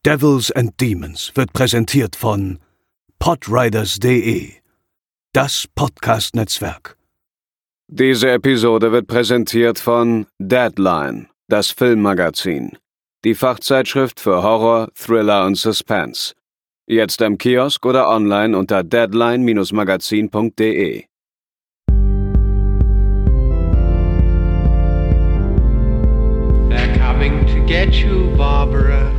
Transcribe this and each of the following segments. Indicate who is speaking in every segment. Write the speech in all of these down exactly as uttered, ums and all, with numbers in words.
Speaker 1: Devils and Demons wird präsentiert von podriders punkt de, das Podcast-Netzwerk.
Speaker 2: Diese Episode wird präsentiert von Deadline, das Filmmagazin, die Fachzeitschrift für Horror, Thriller und Suspense. Jetzt im Kiosk oder online unter deadline Bindestrich magazin punkt de.
Speaker 3: They're coming to get you, Barbara.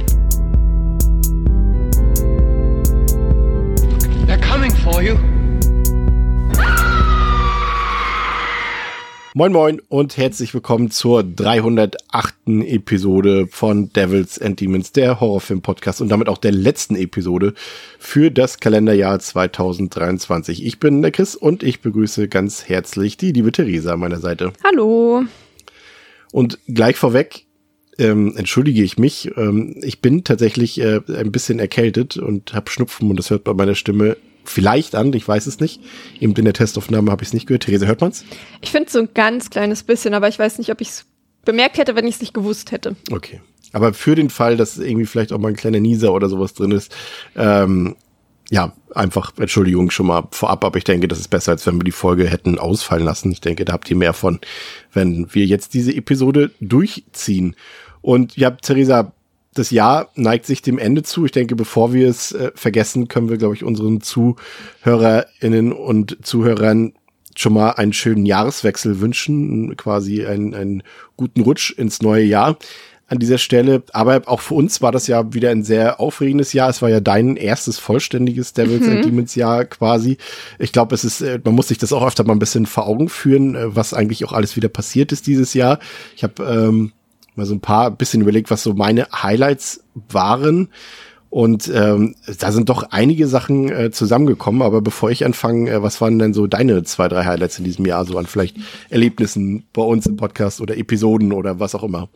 Speaker 3: They're coming for you.
Speaker 4: Moin Moin und herzlich willkommen zur dreihundertachten Episode von Devils and Demons, der Horrorfilm-Podcast und damit auch der letzten Episode für das Kalenderjahr zweitausenddreiundzwanzig. Ich bin der Chris und ich begrüße ganz herzlich die liebe Theresa an meiner Seite.
Speaker 5: Hallo.
Speaker 4: Und gleich vorweg ähm, entschuldige ich mich, ähm, ich bin tatsächlich äh, ein bisschen erkältet und habe Schnupfen und das hört bei meiner Stimme vielleicht an, ich weiß es nicht. Eben in der Testaufnahme habe ich es nicht gehört. Theresa, hört man's?
Speaker 5: Ich finde so ein ganz kleines bisschen, aber ich weiß nicht, ob ich es bemerkt hätte, wenn ich es nicht gewusst hätte.
Speaker 4: Okay. Aber für den Fall, dass irgendwie vielleicht auch mal ein kleiner Nieser oder sowas drin ist, ähm, ja, einfach Entschuldigung schon mal vorab, aber ich denke, das ist besser, als wenn wir die Folge hätten ausfallen lassen. Ich denke, da habt ihr mehr von, wenn wir jetzt diese Episode durchziehen. Und ja, Theresa, das Jahr neigt sich dem Ende zu. Ich denke, bevor wir es äh, vergessen, können wir, glaube ich, unseren ZuhörerInnen und Zuhörern schon mal einen schönen Jahreswechsel wünschen, quasi einen, einen guten Rutsch ins neue Jahr an dieser Stelle. Aber auch für uns war das ja wieder ein sehr aufregendes Jahr. Es war ja dein erstes vollständiges Devils and Demons Jahr quasi. Ich glaube, es ist, man muss sich das auch öfter mal ein bisschen vor Augen führen, was eigentlich auch alles wieder passiert ist dieses Jahr. Ich habe ähm, mal so ein paar bisschen überlegt, was so meine Highlights waren. Und ähm, da sind doch einige Sachen äh, zusammengekommen. Aber bevor ich anfange, äh, was waren denn so deine zwei, drei Highlights in diesem Jahr? So an vielleicht Erlebnissen bei uns im Podcast oder Episoden oder was auch immer.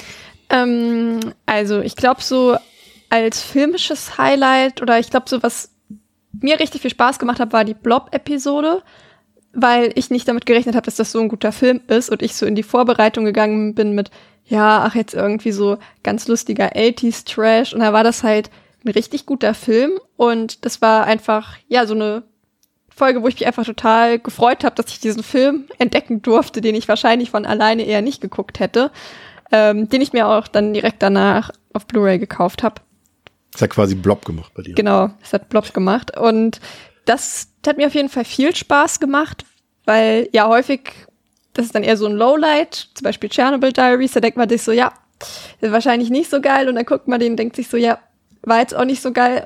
Speaker 5: Ähm, also ich glaube so als filmisches Highlight oder ich glaube so, was mir richtig viel Spaß gemacht hat, war die Blob-Episode, weil ich nicht damit gerechnet habe, dass das so ein guter Film ist und ich so in die Vorbereitung gegangen bin mit, ja, ach jetzt irgendwie so ganz lustiger achtziger Trash und da war das halt ein richtig guter Film und das war einfach, ja, so eine Folge, wo ich mich einfach total gefreut habe, dass ich diesen Film entdecken durfte, den ich wahrscheinlich von alleine eher nicht geguckt hätte. Ähm, den ich mir auch dann direkt danach auf Blu-ray gekauft habe.
Speaker 4: Das hat quasi Blob gemacht bei dir.
Speaker 5: Genau, das hat Blob gemacht. Und das hat mir auf jeden Fall viel Spaß gemacht, weil ja häufig, das ist dann eher so ein Lowlight, zum Beispiel Chernobyl Diaries, da denkt man sich so, ja, das ist wahrscheinlich nicht so geil. Und dann guckt man den und denkt sich so, ja, war jetzt auch nicht so geil.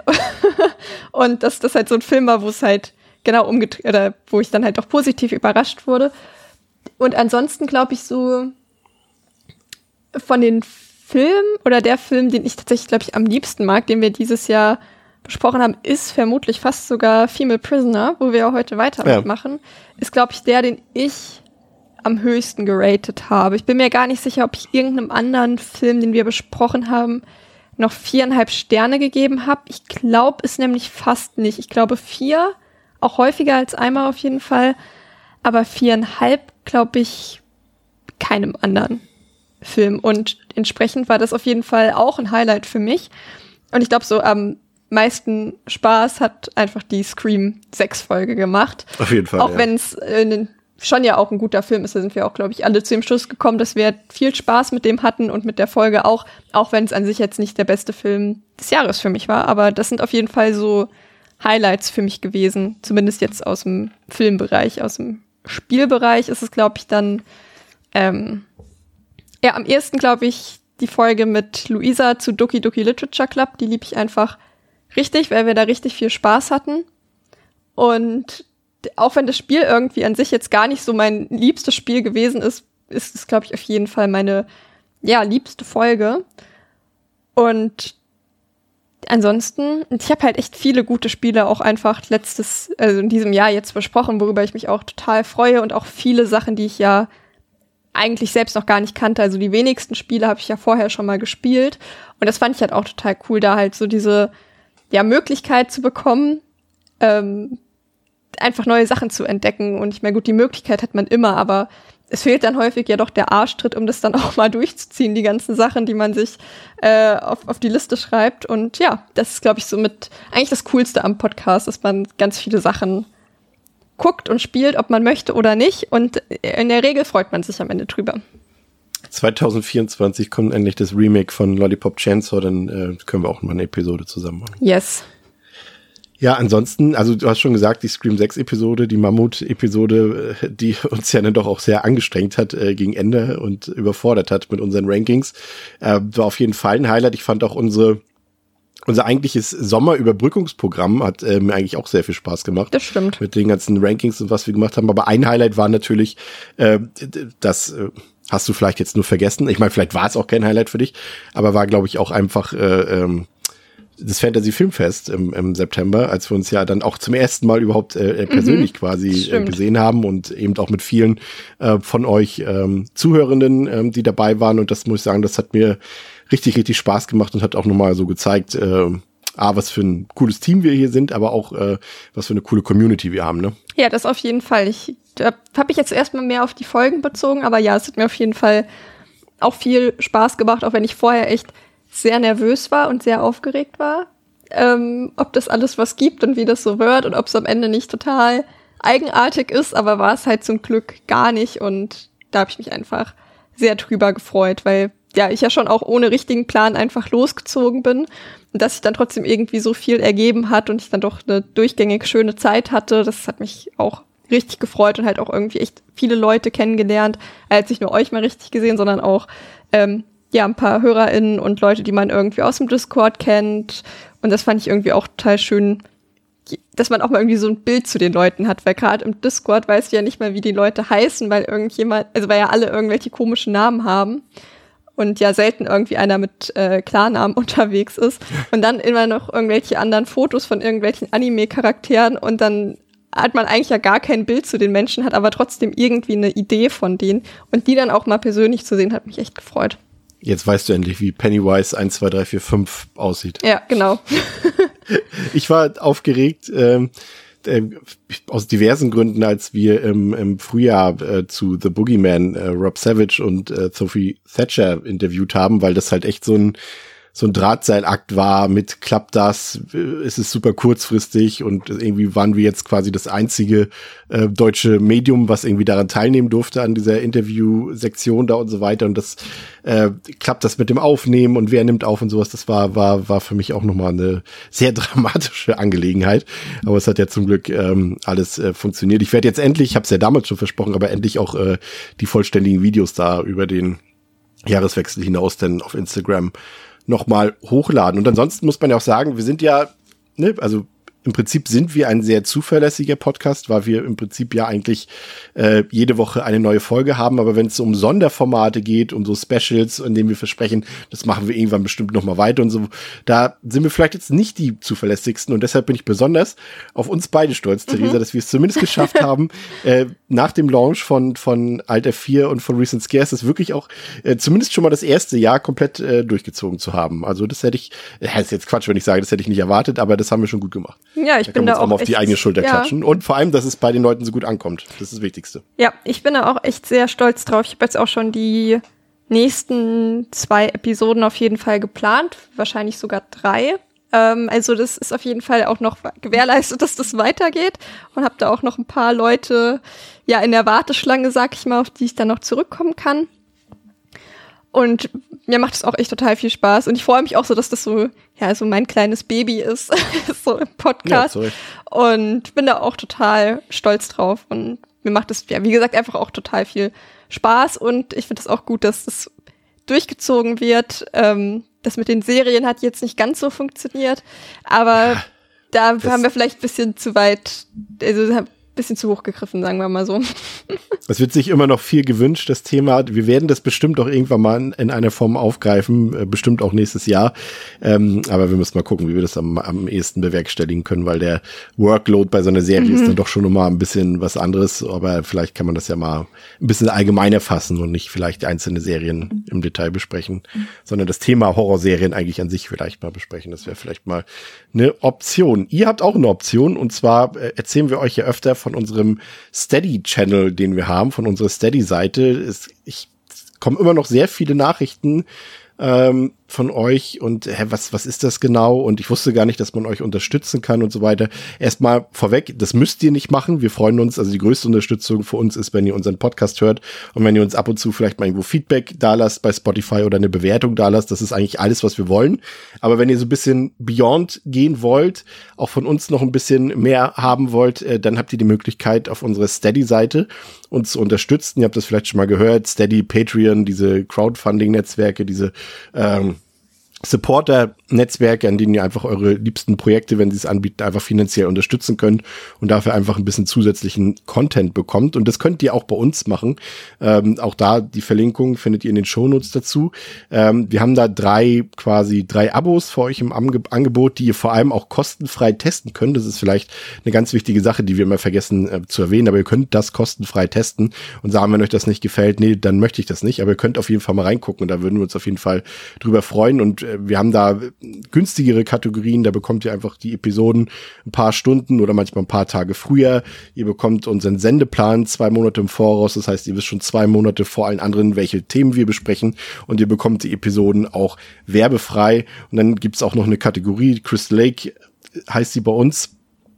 Speaker 5: Und dass das halt so ein Film war, wo es halt genau umgedreht, oder wo ich dann halt auch positiv überrascht wurde. Und ansonsten glaube ich so, von den Filmen oder der Film, den ich tatsächlich, glaube ich, am liebsten mag, den wir dieses Jahr besprochen haben, ist vermutlich fast sogar Female Prisoner, wo wir ja heute weitermachen. Ja. Ist, glaube ich, der, den ich am höchsten geratet habe. Ich bin mir gar nicht sicher, ob ich irgendeinem anderen Film, den wir besprochen haben, noch viereinhalb Sterne gegeben habe. Ich glaube es nämlich fast nicht. Ich glaube vier, auch häufiger als einmal auf jeden Fall. Aber viereinhalb, glaube ich, keinem anderen Film und entsprechend war das auf jeden Fall auch ein Highlight für mich und ich glaube so am meisten Spaß hat einfach die Scream sechs Folge gemacht.
Speaker 4: Auf jeden Fall,
Speaker 5: auch
Speaker 4: ja.
Speaker 5: wenn es äh, schon ja auch ein guter Film ist, da sind wir auch, glaube ich, alle zu dem Schluss gekommen, dass wir viel Spaß mit dem hatten und mit der Folge auch, auch wenn es an sich jetzt nicht der beste Film des Jahres für mich war, aber das sind auf jeden Fall so Highlights für mich gewesen, zumindest jetzt aus dem Filmbereich. Aus dem Spielbereich ist es, glaube ich, dann ähm, ja, am ehesten, glaube ich, die Folge mit Luisa zu Doki Doki Literature Club. Die liebe ich einfach richtig, weil wir da richtig viel Spaß hatten. Und auch wenn das Spiel irgendwie an sich jetzt gar nicht so mein liebstes Spiel gewesen ist, ist es, glaube ich, auf jeden Fall meine, ja, liebste Folge. Und ansonsten, ich habe halt echt viele gute Spiele auch einfach letztes, also in diesem Jahr jetzt besprochen, worüber ich mich auch total freue und auch viele Sachen, die ich ja eigentlich selbst noch gar nicht kannte. Also die wenigsten Spiele habe ich ja vorher schon mal gespielt. Und das fand ich halt auch total cool, da halt so diese ja, Möglichkeit zu bekommen, ähm, einfach neue Sachen zu entdecken. Und ich meine, gut, die Möglichkeit hat man immer, aber es fehlt dann häufig ja doch der Arschtritt, um das dann auch mal durchzuziehen, die ganzen Sachen, die man sich äh, auf, auf die Liste schreibt. Und ja, das ist, glaube ich, so mit eigentlich das Coolste am Podcast, dass man ganz viele Sachen guckt und spielt, ob man möchte oder nicht. Und in der Regel freut man sich am Ende drüber.
Speaker 4: zwanzig vierundzwanzig kommt endlich das Remake von Lollipop Chainsaw, dann äh, können wir auch mal eine Episode zusammen machen.
Speaker 5: Yes.
Speaker 4: Ja, ansonsten, also du hast schon gesagt, die Scream sechs Episode, die Mammut-Episode, äh, die uns ja dann doch auch sehr angestrengt hat äh, gegen Ende und überfordert hat mit unseren Rankings, äh, war auf jeden Fall ein Highlight. Ich fand auch unsere Unser eigentliches Sommerüberbrückungsprogramm hat äh, mir eigentlich auch sehr viel Spaß gemacht.
Speaker 5: Das stimmt.
Speaker 4: Mit den ganzen Rankings und was wir gemacht haben. Aber ein Highlight war natürlich, äh, das äh, hast du vielleicht jetzt nur vergessen. Ich meine, vielleicht war es auch kein Highlight für dich, aber war, glaube ich, auch einfach äh, ähm, das Fantasy-Filmfest im, im September, als wir uns ja dann auch zum ersten Mal überhaupt äh, persönlich mhm, quasi äh, gesehen haben und eben auch mit vielen äh, von euch ähm, Zuhörenden, ähm, die dabei waren. Und das muss ich sagen, das hat mir richtig, richtig Spaß gemacht und hat auch nochmal so gezeigt, äh, A, was für ein cooles Team wir hier sind, aber auch, äh, was für eine coole Community wir haben, ne?
Speaker 5: Ja, das auf jeden Fall. Ich da habe ich jetzt erstmal mehr auf die Folgen bezogen, aber ja, es hat mir auf jeden Fall auch viel Spaß gemacht, auch wenn ich vorher echt sehr nervös war und sehr aufgeregt war, ähm, ob das alles was gibt und wie das so wird und ob es am Ende nicht total eigenartig ist, aber war es halt zum Glück gar nicht und da habe ich mich einfach sehr drüber gefreut, weil ja, ich ja schon auch ohne richtigen Plan einfach losgezogen bin und dass sich dann trotzdem irgendwie so viel ergeben hat und ich dann doch eine durchgängig schöne Zeit hatte, das hat mich auch richtig gefreut und halt auch irgendwie echt viele Leute kennengelernt, als nicht nur euch mal richtig gesehen, sondern auch ähm, ja ein paar HörerInnen und Leute, die man irgendwie aus dem Discord kennt und das fand ich irgendwie auch total schön, dass man auch mal irgendwie so ein Bild zu den Leuten hat, weil gerade im Discord weißt du ja nicht mal, wie die Leute heißen, weil irgendjemand, also weil ja alle irgendwelche komischen Namen haben und ja selten irgendwie einer mit äh, Klarnamen unterwegs ist und dann immer noch irgendwelche anderen Fotos von irgendwelchen Anime-Charakteren und dann hat man eigentlich ja gar kein Bild zu den Menschen, hat aber trotzdem irgendwie eine Idee von denen und die dann auch mal persönlich zu sehen, hat mich echt gefreut.
Speaker 4: Jetzt weißt du endlich, wie Pennywise eins, zwei, drei, vier, fünf aussieht.
Speaker 5: Ja, genau.
Speaker 4: Ich war aufgeregt, ähm, äh, aus diversen Gründen, als wir im, im Frühjahr äh, zu The Boogeyman äh, Rob Savage und äh, Sophie Thatcher interviewt haben, weil das halt echt so ein so ein Drahtseilakt war mit klappt das, es ist super kurzfristig und irgendwie waren wir jetzt quasi das einzige äh, deutsche Medium, was irgendwie daran teilnehmen durfte an dieser Interviewsektion da und so weiter und das äh, klappt das mit dem Aufnehmen und wer nimmt auf und sowas, das war war war für mich auch nochmal eine sehr dramatische Angelegenheit, aber es hat ja zum Glück ähm, alles äh, funktioniert. Ich werde jetzt endlich, ich habe es ja damals schon versprochen, aber endlich auch äh, die vollständigen Videos da über den Jahreswechsel hinaus dann auf Instagram nochmal hochladen. Und ansonsten muss man ja auch sagen, wir sind ja, ne, also im Prinzip sind wir ein sehr zuverlässiger Podcast, weil wir im Prinzip ja eigentlich äh, jede Woche eine neue Folge haben. Aber wenn es um Sonderformate geht, um so Specials, in denen wir versprechen, das machen wir irgendwann bestimmt noch mal weiter und so, da sind wir vielleicht jetzt nicht die zuverlässigsten. Und deshalb bin ich besonders auf uns beide stolz, mhm. Theresa, dass wir es zumindest geschafft haben, äh, nach dem Launch von von Alt F vier und von Recent Scares das wirklich auch äh, zumindest schon mal das erste Jahr komplett äh, durchgezogen zu haben. Also das hätte ich, das ist jetzt Quatsch, wenn ich sage, das hätte ich nicht erwartet, aber das haben wir schon gut gemacht.
Speaker 5: Ja, ich
Speaker 4: da
Speaker 5: bin da
Speaker 4: auch, auch mal auf die eigene Schulter
Speaker 5: ja.
Speaker 4: klatschen. Und vor allem, dass es bei den Leuten so gut ankommt. Das ist das Wichtigste.
Speaker 5: Ja, ich bin da auch echt sehr stolz drauf. Ich habe jetzt auch schon die nächsten zwei Episoden auf jeden Fall geplant. Wahrscheinlich sogar drei. Ähm, also das ist auf jeden Fall auch noch gewährleistet, dass das weitergeht. Und habe da auch noch ein paar Leute ja in der Warteschlange, sag ich mal, auf die ich dann noch zurückkommen kann. Und mir macht es auch echt total viel Spaß. Und ich freue mich auch so, dass das so, ja, so mein kleines Baby ist, so im Podcast. Ja, und bin da auch total stolz drauf. Und mir macht es, ja, wie gesagt, einfach auch total viel Spaß. Und ich finde es auch gut, dass das durchgezogen wird. Ähm, das mit den Serien hat jetzt nicht ganz so funktioniert. Aber ja, da haben wir vielleicht ein bisschen zu weit, also bisschen zu hoch gegriffen, sagen wir mal so.
Speaker 4: Es wird sich immer noch viel gewünscht, das Thema. Wir werden das bestimmt auch irgendwann mal in, in einer Form aufgreifen, äh, bestimmt auch nächstes Jahr. Ähm, aber wir müssen mal gucken, wie wir das am, am ehesten bewerkstelligen können, weil der Workload bei so einer Serie mhm. ist dann doch schon nochmal ein bisschen was anderes. Aber vielleicht kann man das ja mal ein bisschen allgemeiner fassen und nicht vielleicht einzelne Serien im Detail besprechen, mhm. sondern das Thema Horrorserien eigentlich an sich vielleicht mal besprechen. Das wäre vielleicht mal eine Option. Ihr habt auch eine Option und zwar äh, erzählen wir euch ja öfter von von unserem Steady-Channel, den wir haben, von unserer Steady-Seite. Ich kommen immer noch sehr viele Nachrichten ähm, von euch und hä, was was ist das genau? Und ich wusste gar nicht, dass man euch unterstützen kann und so weiter. Erstmal vorweg, das müsst ihr nicht machen. Wir freuen uns, also die größte Unterstützung für uns ist, wenn ihr unseren Podcast hört und wenn ihr uns ab und zu vielleicht mal irgendwo Feedback dalasst bei Spotify oder eine Bewertung dalasst. Das ist eigentlich alles, was wir wollen. Aber wenn ihr so ein bisschen beyond gehen wollt, auch von uns noch ein bisschen mehr haben wollt, äh, dann habt ihr die Möglichkeit, auf unserer Steady-Seite uns zu unterstützen. Ihr habt das vielleicht schon mal gehört. Steady, Patreon, diese Crowdfunding-Netzwerke, diese ähm, Supporter-Netzwerke, an denen ihr einfach eure liebsten Projekte, wenn sie es anbieten, einfach finanziell unterstützen könnt und dafür einfach ein bisschen zusätzlichen Content bekommt. Und das könnt ihr auch bei uns machen. Ähm, auch da die Verlinkung findet ihr in den Shownotes dazu. Ähm, wir haben da drei quasi drei Abos für euch im Ange- Angebot, die ihr vor allem auch kostenfrei testen könnt. Das ist vielleicht eine ganz wichtige Sache, die wir immer vergessen äh, zu erwähnen, aber ihr könnt das kostenfrei testen und sagen, wenn euch das nicht gefällt, nee, dann möchte ich das nicht. Aber ihr könnt auf jeden Fall mal reingucken und da würden wir uns auf jeden Fall drüber freuen. Und äh, wir haben da günstigere Kategorien, da bekommt ihr einfach die Episoden ein paar Stunden oder manchmal ein paar Tage früher. Ihr bekommt unseren Sendeplan zwei Monate im Voraus, das heißt, ihr wisst schon zwei Monate vor allen anderen, welche Themen wir besprechen und ihr bekommt die Episoden auch werbefrei. Und dann gibt's auch noch eine Kategorie, Crystal Lake heißt sie bei uns,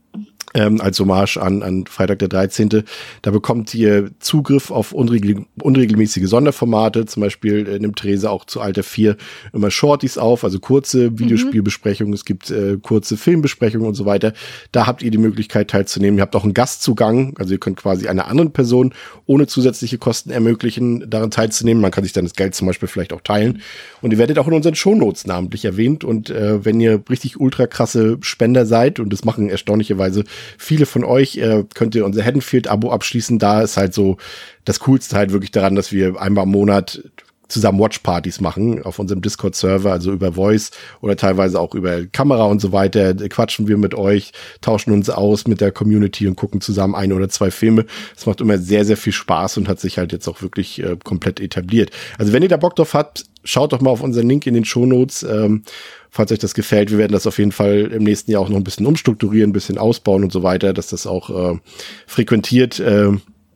Speaker 4: Ähm, als Hommage an, an Freitag der dreizehnte Da bekommt ihr Zugriff auf unregel- unregelmäßige Sonderformate. Zum Beispiel äh, nimmt Therese auch zu Alter vier immer Shorties auf, also kurze Videospielbesprechungen. Mhm. Es gibt äh, kurze Filmbesprechungen und so weiter. Da habt ihr die Möglichkeit teilzunehmen. Ihr habt auch einen Gastzugang, also ihr könnt quasi einer anderen Person ohne zusätzliche Kosten ermöglichen, daran teilzunehmen. Man kann sich dann das Geld zum Beispiel vielleicht auch teilen. Und ihr werdet auch in unseren Shownotes namentlich erwähnt. Und äh, wenn ihr richtig ultra krasse Spender seid, und das machen erstaunlicherweise viele von euch, äh, könnt ihr unser Haddonfield-Abo abschließen. Da ist halt so das Coolste halt wirklich daran, dass wir einmal im Monat zusammen Watchpartys machen auf unserem Discord-Server, also über Voice oder teilweise auch über Kamera und so weiter. Quatschen wir mit euch, tauschen uns aus mit der Community und gucken zusammen ein oder zwei Filme. Das macht immer sehr, sehr viel Spaß und hat sich halt jetzt auch wirklich äh, komplett etabliert. Also wenn ihr da Bock drauf habt, schaut doch mal auf unseren Link in den Shownotes, ähm, falls euch das gefällt. Wir werden das auf jeden Fall im nächsten Jahr auch noch ein bisschen umstrukturieren, ein bisschen ausbauen und so weiter, dass das auch äh, frequentiert äh,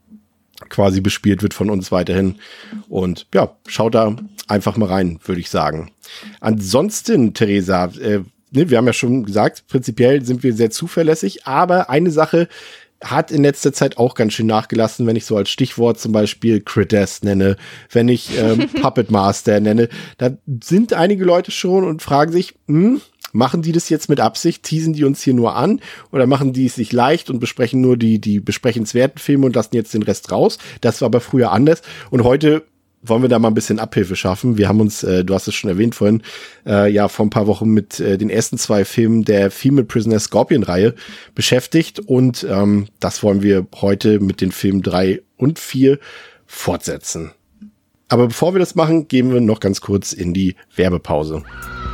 Speaker 4: quasi bespielt wird von uns weiterhin. Und ja, schaut da einfach mal rein, würde ich sagen. Ansonsten, Theresa, äh, ne, wir haben ja schon gesagt, prinzipiell sind wir sehr zuverlässig, aber eine Sache hat in letzter Zeit auch ganz schön nachgelassen, wenn ich so als Stichwort zum Beispiel Critters nenne, wenn ich ähm, Puppet Master nenne. Da sind einige Leute schon und fragen sich, hm, machen die das jetzt mit Absicht? Teasen die uns hier nur an? Oder machen die es sich leicht und besprechen nur die, die besprechenswerten Filme und lassen jetzt den Rest raus? Das war aber früher anders. Und heute wollen wir da mal ein bisschen Abhilfe schaffen. Wir haben uns, äh, du hast es schon erwähnt vorhin, äh, ja vor ein paar Wochen mit äh, den ersten zwei Filmen der Female Prisoner Scorpion-Reihe beschäftigt und ähm, das wollen wir heute mit den Filmen drei und vier fortsetzen. Aber bevor wir das machen, gehen wir noch ganz kurz in die Werbepause.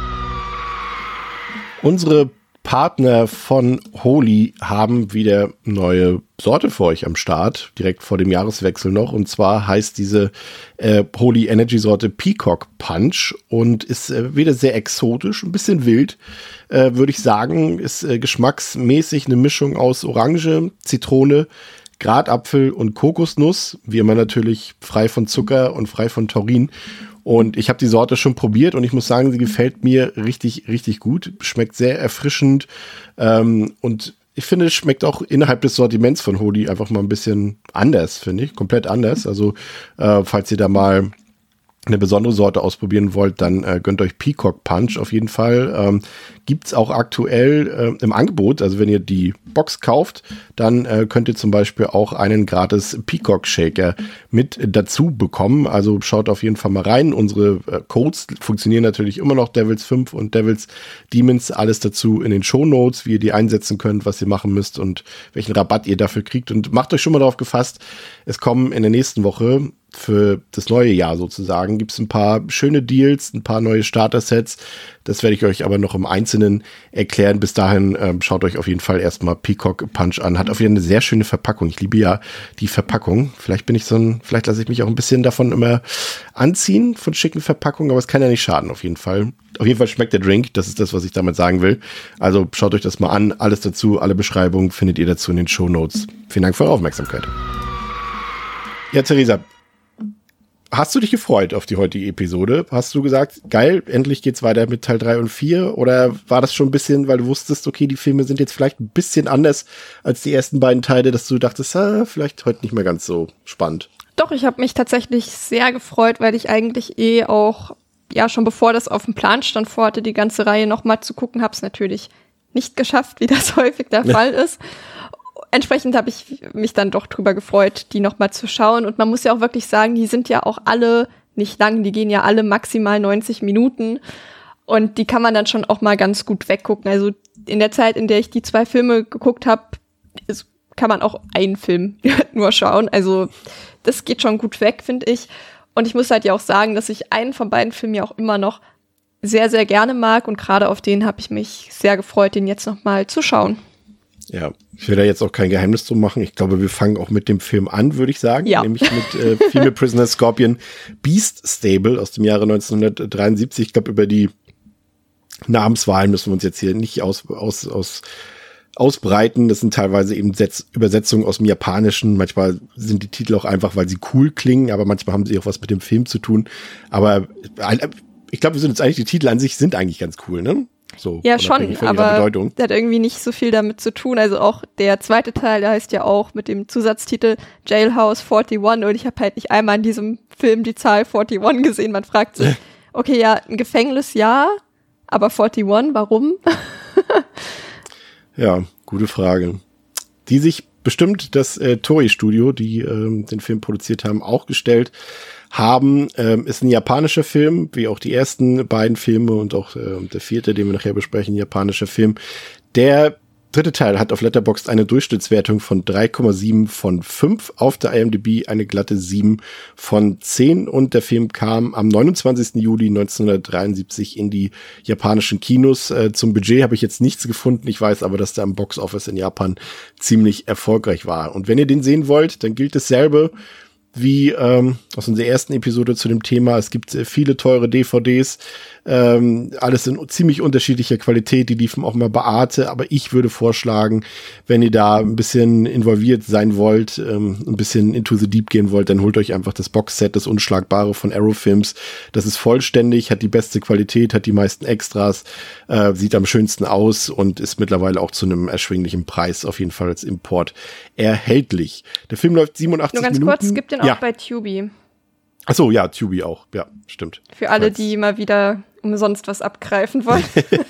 Speaker 4: Unsere Partner von Holy haben wieder neue Sorte für euch am Start, direkt vor dem Jahreswechsel noch. Und zwar heißt diese äh, Holy Energy Sorte Peacock Punch und ist äh, wieder sehr exotisch, ein bisschen wild, äh, würde ich sagen. Ist äh, geschmacksmäßig eine Mischung aus Orange, Zitrone, Gratapfel und Kokosnuss. Wie immer natürlich frei von Zucker und frei von Taurin. Und ich habe die Sorte schon probiert und ich muss sagen, sie gefällt mir richtig, richtig gut. Schmeckt sehr erfrischend ähm, und ich finde, es schmeckt auch innerhalb des Sortiments von Holy einfach mal ein bisschen anders, finde ich. Komplett anders. Also äh, falls ihr da mal eine besondere Sorte ausprobieren wollt, dann äh, gönnt euch Peacock Punch auf jeden Fall. Ähm, gibt's auch aktuell äh, im Angebot. Also wenn ihr die Box kauft, dann äh, könnt ihr zum Beispiel auch einen gratis Peacock Shaker mit dazu bekommen. Also schaut auf jeden Fall mal rein. Unsere äh, Codes funktionieren natürlich immer noch. Devils fünf und Devils Demons. Alles dazu in den Shownotes, wie ihr die einsetzen könnt, was ihr machen müsst und welchen Rabatt ihr dafür kriegt. Und macht euch schon mal darauf gefasst, es kommen in der nächsten Woche für das neue Jahr sozusagen gibt es ein paar schöne Deals, ein paar neue Starter-Sets. Das werde ich euch aber noch im Einzelnen erklären. Bis dahin ähm, schaut euch auf jeden Fall erstmal Peacock Punch an. Hat auf jeden Fall eine sehr schöne Verpackung. Ich liebe ja die Verpackung. Vielleicht bin ich so ein, vielleicht lasse ich mich auch ein bisschen davon immer anziehen, von schicken Verpackungen, aber es kann ja nicht schaden auf jeden Fall. Auf jeden Fall schmeckt der Drink. Das ist das, was ich damit sagen will. Also schaut euch das mal an. Alles dazu, alle Beschreibungen findet ihr dazu in den Shownotes. Vielen Dank für eure Aufmerksamkeit. Ja, Theresa, hast du dich gefreut auf die heutige Episode? Hast du gesagt, geil, endlich geht's weiter mit Teil drei und vier? Oder war das schon ein bisschen, weil du wusstest, okay, die Filme sind jetzt vielleicht ein bisschen anders als die ersten beiden Teile, dass du dachtest, ah, vielleicht heute nicht mehr ganz so spannend?
Speaker 5: Doch, ich habe mich tatsächlich sehr gefreut, weil ich eigentlich eh auch, ja, schon bevor das auf dem Plan stand, vorhatte, die ganze Reihe nochmal zu gucken, habe es natürlich nicht geschafft, wie das häufig der Fall ist. Entsprechend habe ich mich dann doch drüber gefreut, die nochmal zu schauen. Und man muss ja auch wirklich sagen, die sind ja auch alle nicht lang, die gehen ja alle maximal neunzig Minuten. Und die kann man dann schon auch mal ganz gut weggucken. Also in der Zeit, in der ich die zwei Filme geguckt habe, kann man auch einen Film nur schauen. Also das geht schon gut weg, finde ich. Und ich muss halt ja auch sagen, dass ich einen von beiden Filmen ja auch immer noch sehr, sehr gerne mag. Und gerade auf den habe ich mich sehr gefreut, den jetzt nochmal zu schauen.
Speaker 4: Ja, ich will da jetzt auch kein Geheimnis drum machen. Ich glaube, wir fangen auch mit dem Film an, würde ich sagen.
Speaker 5: Ja.
Speaker 4: Nämlich mit äh, Female Prisoner Scorpion Beast Stable aus dem Jahre neunzehnhundertdreiundsiebzig. Ich glaube, über die Namenswahlen müssen wir uns jetzt hier nicht aus, aus, aus, ausbreiten. Das sind teilweise eben Setz- Übersetzungen aus dem Japanischen. Manchmal sind die Titel auch einfach, weil sie cool klingen, aber manchmal haben sie auch was mit dem Film zu tun. Aber ich glaube, wir sind jetzt eigentlich, die Titel an sich sind eigentlich ganz cool, ne? So,
Speaker 5: ja, schon, aber der hat irgendwie nicht so viel damit zu tun. Also auch der zweite Teil, der heißt ja auch mit dem Zusatztitel Jailhouse einundvierzig und ich habe halt nicht einmal in diesem Film die Zahl einundvierzig gesehen. Man fragt sich, okay, ja, ein Gefängnis, ja, aber einundvierzig, warum?
Speaker 4: Ja, gute Frage. Die sich bestimmt das äh, Toei-Studio, die ähm, den Film produziert haben, auch gestellt haben. Ähm, ist ein japanischer Film, wie auch die ersten beiden Filme und auch äh, der vierte, den wir nachher besprechen, japanischer Film. Der dritte Teil hat auf Letterboxd eine Durchschnittswertung von drei Komma sieben von fünf, auf der I M D B eine glatte sieben von zehn und der Film kam am neunundzwanzigsten Juli neunzehnhundertdreiundsiebzig in die japanischen Kinos. Äh, zum Budget habe ich jetzt nichts gefunden, ich weiß aber, dass der am Box Office in Japan ziemlich erfolgreich war. Und wenn ihr den sehen wollt, dann gilt dasselbe wie ähm, aus unserer ersten Episode zu dem Thema. Es gibt äh, viele teure D V Ds, ähm, alles in ziemlich unterschiedlicher Qualität, die liefen auch mal bei Arte, aber ich würde vorschlagen, wenn ihr da ein bisschen involviert sein wollt, ähm, ein bisschen into the deep gehen wollt, dann holt euch einfach das Boxset, das Unschlagbare von Arrow Films. Das ist vollständig, hat die beste Qualität, hat die meisten Extras, äh, sieht am schönsten aus und ist mittlerweile auch zu einem erschwinglichen Preis auf jeden Fall als Import erhältlich. Der Film läuft siebenundachtzig Minuten.
Speaker 5: Nur ganz kurz, es gibt den auch ja. bei Tubi.
Speaker 4: Ach so, ja, Tubi auch. Ja, stimmt.
Speaker 5: Für alle, die mal wieder umsonst was abgreifen wollen.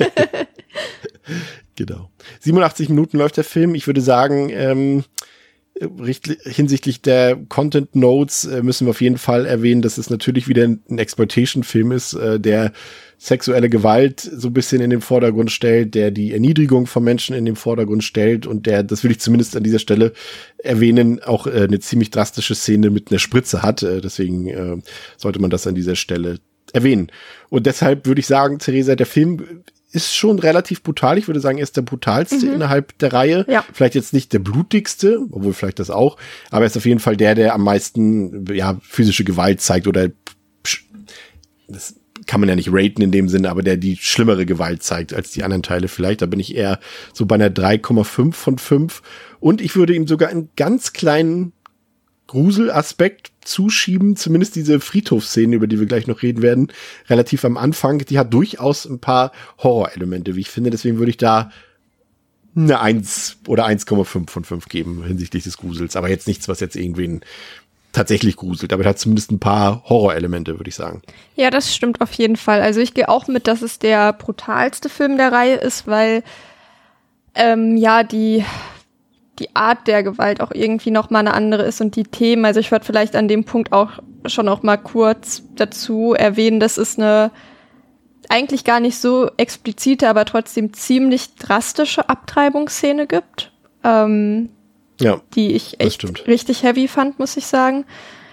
Speaker 4: Genau. siebenundachtzig Minuten läuft der Film. Ich würde sagen, ähm, hinsichtlich der Content Notes äh, müssen wir auf jeden Fall erwähnen, dass es natürlich wieder ein Exploitation-Film ist, äh, der sexuelle Gewalt so ein bisschen in den Vordergrund stellt, der die Erniedrigung von Menschen in den Vordergrund stellt und der, das will ich zumindest an dieser Stelle erwähnen, auch äh, eine ziemlich drastische Szene mit einer Spritze hat. Äh, deswegen äh, sollte man das an dieser Stelle erwähnen. Und deshalb würde ich sagen, Theresa, der Film ist schon relativ brutal. Ich würde sagen, er ist der brutalste mhm. innerhalb der Reihe.
Speaker 5: Ja.
Speaker 4: Vielleicht jetzt nicht der blutigste, obwohl vielleicht das auch, aber er ist auf jeden Fall der, der am meisten ja physische Gewalt zeigt oder das kann man ja nicht raten in dem Sinne, aber der die schlimmere Gewalt zeigt als die anderen Teile vielleicht. Da bin ich eher so bei einer drei Komma fünf von fünf und ich würde ihm sogar einen ganz kleinen Gruselaspekt zuschieben, zumindest diese Friedhofsszene, über die wir gleich noch reden werden, relativ am Anfang, die hat durchaus ein paar Horrorelemente, wie ich finde, deswegen würde ich da eine eins oder eins Komma fünf von fünf geben hinsichtlich des Grusels, aber jetzt nichts, was jetzt irgendwen tatsächlich gruselt, aber er hat zumindest ein paar Horrorelemente, würde ich sagen.
Speaker 5: Ja, das stimmt auf jeden Fall. Also ich gehe auch mit, dass es der brutalste Film der Reihe ist, weil ähm, ja, die die Art der Gewalt auch irgendwie noch mal eine andere ist und die Themen, also ich würde vielleicht an dem Punkt auch schon noch mal kurz dazu erwähnen, dass es eine eigentlich gar nicht so explizite, aber trotzdem ziemlich drastische Abtreibungsszene gibt, ähm,
Speaker 4: ja,
Speaker 5: die ich echt richtig heavy fand, muss ich sagen.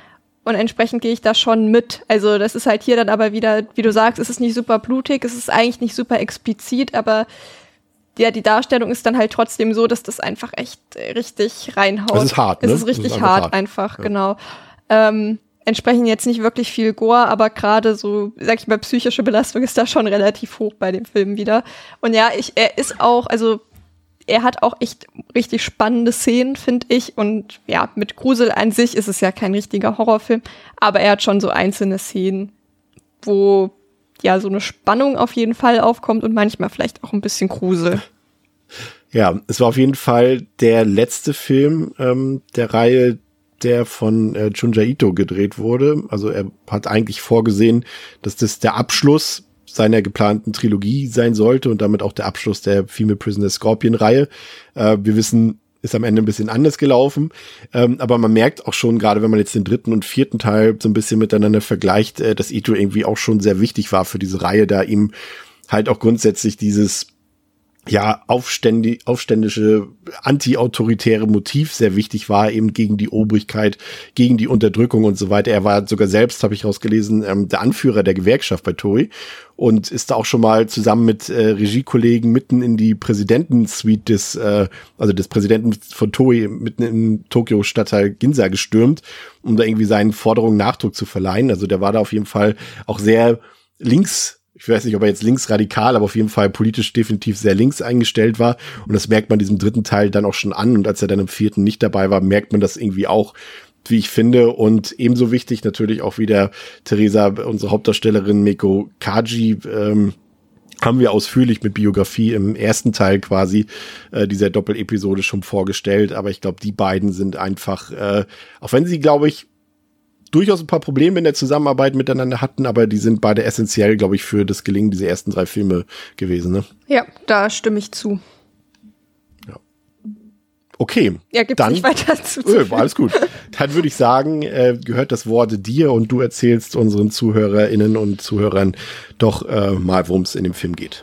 Speaker 5: Und entsprechend gehe ich da schon mit. Also das ist halt hier dann aber wieder, wie du sagst, es ist nicht super blutig, es ist eigentlich nicht super explizit, aber ja, die Darstellung ist dann halt trotzdem so, dass das einfach echt richtig reinhaut.
Speaker 4: Es ist hart, ne?
Speaker 5: Es ist richtig
Speaker 4: es ist
Speaker 5: hart,
Speaker 4: hart
Speaker 5: einfach,
Speaker 4: ja.
Speaker 5: genau. Ähm, entsprechend jetzt nicht wirklich viel Gore, aber gerade so, sag ich mal, psychische Belastung ist da schon relativ hoch bei dem Film wieder. Und ja, ich, er ist auch, also er hat auch echt richtig spannende Szenen, finde ich. Und ja, mit Grusel an sich ist es ja kein richtiger Horrorfilm, aber er hat schon so einzelne Szenen, wo ja so eine Spannung auf jeden Fall aufkommt und manchmal vielleicht auch ein bisschen Grusel.
Speaker 4: Ja, es war auf jeden Fall der letzte Film ähm, der Reihe, der von äh, Junji Ito gedreht wurde. Also er hat eigentlich vorgesehen, dass das der Abschluss seiner geplanten Trilogie sein sollte und damit auch der Abschluss der Female Prisoner Scorpion-Reihe. Äh, wir wissen, ist am Ende ein bisschen anders gelaufen, ähm, aber man merkt auch schon, gerade wenn man jetzt den dritten und vierten Teil so ein bisschen miteinander vergleicht, äh, dass Ito irgendwie auch schon sehr wichtig war für diese Reihe, da ihm halt auch grundsätzlich dieses ja, aufständig, aufständische, anti-autoritäre Motiv sehr wichtig war, eben gegen die Obrigkeit, gegen die Unterdrückung und so weiter. Er war sogar selbst, habe ich rausgelesen, ähm, der Anführer der Gewerkschaft bei Toei und ist da auch schon mal zusammen mit äh, Regiekollegen mitten in die Präsidentensuite des, äh, also des Präsidenten von Toei mitten im Tokio-Stadtteil Ginza gestürmt, um da irgendwie seinen Forderungen Nachdruck zu verleihen. Also der war da auf jeden Fall auch sehr links. Ich weiß nicht, ob er jetzt linksradikal, aber auf jeden Fall politisch definitiv sehr links eingestellt war. Und das merkt man diesem dritten Teil dann auch schon an. Und als er dann im vierten nicht dabei war, merkt man das irgendwie auch, wie ich finde. Und ebenso wichtig natürlich auch wieder Theresa, unsere Hauptdarstellerin Meiko Kaji, ähm, haben wir ausführlich mit Biografie im ersten Teil quasi äh, dieser Doppelepisode schon vorgestellt. Aber ich glaube, die beiden sind einfach, äh, auch wenn sie, glaube ich, durchaus ein paar Probleme in der Zusammenarbeit miteinander hatten, aber die sind beide essentiell, glaube ich, für das Gelingen dieser ersten drei Filme gewesen, ne?
Speaker 5: Ja, da stimme ich zu.
Speaker 4: Ja. Okay.
Speaker 5: Ja, gibt's
Speaker 4: dann,
Speaker 5: nicht weiter zu.
Speaker 4: Öh, alles gut. Dann würde ich sagen, äh, gehört das Wort dir und du erzählst unseren ZuhörerInnen und Zuhörern doch äh, mal, worum es in dem Film geht.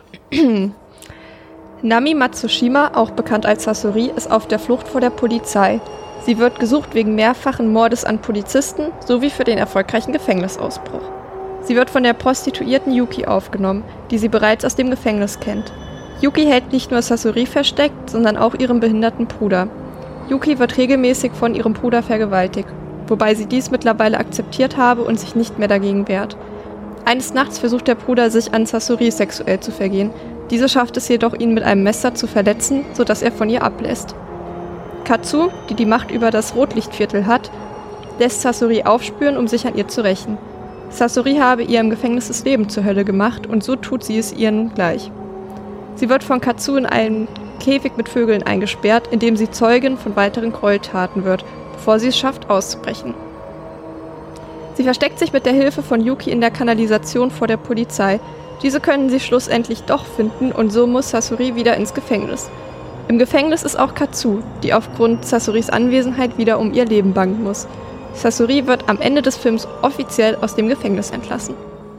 Speaker 5: Nami Matsushima, auch bekannt als Sasori, ist auf der Flucht vor der Polizei. Sie wird gesucht wegen mehrfachen Mordes an Polizisten sowie für den erfolgreichen Gefängnisausbruch. Sie wird von der Prostituierten Yuki aufgenommen, die sie bereits aus dem Gefängnis kennt. Yuki hält nicht nur Sasori versteckt, sondern auch ihren behinderten Bruder. Yuki wird regelmäßig von ihrem Bruder vergewaltigt, wobei sie dies mittlerweile akzeptiert habe und sich nicht mehr dagegen wehrt. Eines Nachts versucht der Bruder, sich an Sasori sexuell zu vergehen. Diese schafft es jedoch, ihn mit einem Messer zu verletzen, sodass er von ihr ablässt. Katsu, die die Macht über das Rotlichtviertel hat, lässt Sasori aufspüren, um sich an ihr zu rächen. Sasori habe ihr im Gefängnis das Leben zur Hölle gemacht und so tut sie es ihr nun gleich. Sie wird von Katsu in einen Käfig mit Vögeln eingesperrt, in dem sie Zeugin von weiteren Gräueltaten wird, bevor sie es schafft, auszubrechen. Sie versteckt sich mit der Hilfe von Yuki in der Kanalisation vor der Polizei. Diese können sie schlussendlich doch finden und so muss Sasori wieder ins Gefängnis. Im Gefängnis ist auch Katsu, die aufgrund Sasoris Anwesenheit wieder um ihr Leben bangen muss. Sasori wird am Ende des Films offiziell aus dem Gefängnis entlassen.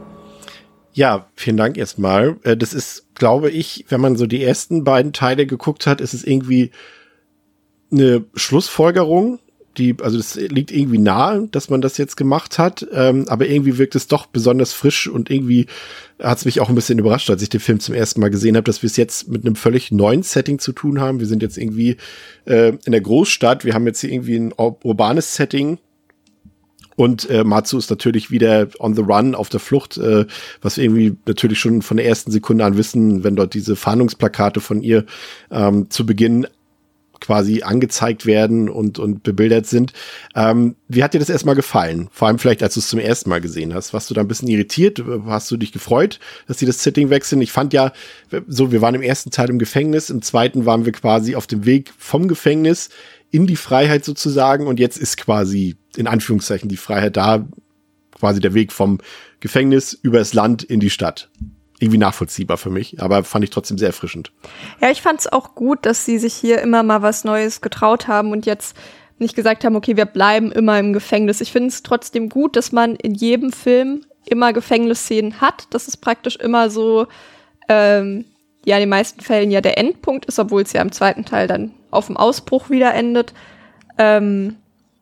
Speaker 4: Ja, vielen Dank erstmal. Das ist, glaube ich, wenn man so die ersten beiden Teile geguckt hat, ist es irgendwie eine Schlussfolgerung, die, also das liegt irgendwie nahe, dass man das jetzt gemacht hat, ähm, aber irgendwie wirkt es doch besonders frisch und irgendwie hat es mich auch ein bisschen überrascht, als ich den Film zum ersten Mal gesehen habe, dass wir es jetzt mit einem völlig neuen Setting zu tun haben. Wir sind jetzt irgendwie äh, in der Großstadt, wir haben jetzt hier irgendwie ein ur- urbanes Setting und äh, Matsu ist natürlich wieder on the run, auf der Flucht, äh, was wir irgendwie natürlich schon von der ersten Sekunde an wissen, wenn dort diese Fahndungsplakate von ihr ähm, zu Beginn quasi angezeigt werden und und bebildert sind. Ähm, wie hat dir das erstmal gefallen? Vor allem vielleicht, als du es zum ersten Mal gesehen hast. Warst du da ein bisschen irritiert? Hast du dich gefreut, dass die das Setting wechseln? Ich fand ja, so, wir waren im ersten Teil im Gefängnis, im zweiten waren wir quasi auf dem Weg vom Gefängnis in die Freiheit sozusagen und jetzt ist quasi in Anführungszeichen die Freiheit da, quasi der Weg vom Gefängnis übers Land in die Stadt. Irgendwie nachvollziehbar für mich, aber fand ich trotzdem sehr erfrischend.
Speaker 5: Ja, ich fand es auch gut, dass sie sich hier immer mal was Neues getraut haben und jetzt nicht gesagt haben, okay, wir bleiben immer im Gefängnis. Ich finde es trotzdem gut, dass man in jedem Film immer Gefängnisszenen hat. Das ist praktisch immer so, ähm, ja, in den meisten Fällen ja der Endpunkt ist, obwohl es ja im zweiten Teil dann auf dem Ausbruch wieder endet. Ähm,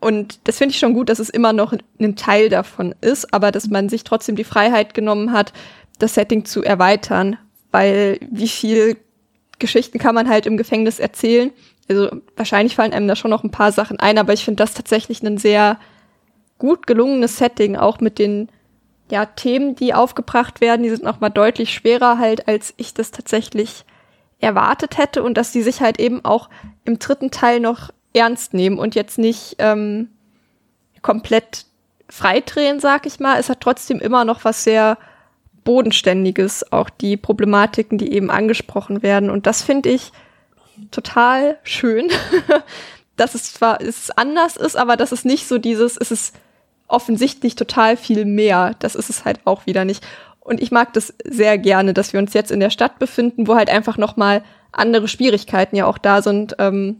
Speaker 5: Und das finde ich schon gut, dass es immer noch ein Teil davon ist, aber dass man sich trotzdem die Freiheit genommen hat, das Setting zu erweitern, weil wie viel Geschichten kann man halt im Gefängnis erzählen? Also wahrscheinlich fallen einem da schon noch ein paar Sachen ein, aber ich finde das tatsächlich ein sehr gut gelungenes Setting, auch mit den ja, Themen, die aufgebracht werden, die sind noch mal deutlich schwerer halt, als ich das tatsächlich erwartet hätte und dass die sich halt eben auch im dritten Teil noch ernst nehmen und jetzt nicht ähm, komplett freidrehen, sag ich mal. Es hat trotzdem immer noch was sehr Bodenständiges, auch die Problematiken, die eben angesprochen werden. Und das finde ich total schön, dass es zwar es anders ist, aber dass es nicht so dieses, es ist offensichtlich total viel mehr. Das ist es halt auch wieder nicht. Und ich mag das sehr gerne, dass wir uns jetzt in der Stadt befinden, wo halt einfach noch mal andere Schwierigkeiten ja auch da sind, ähm,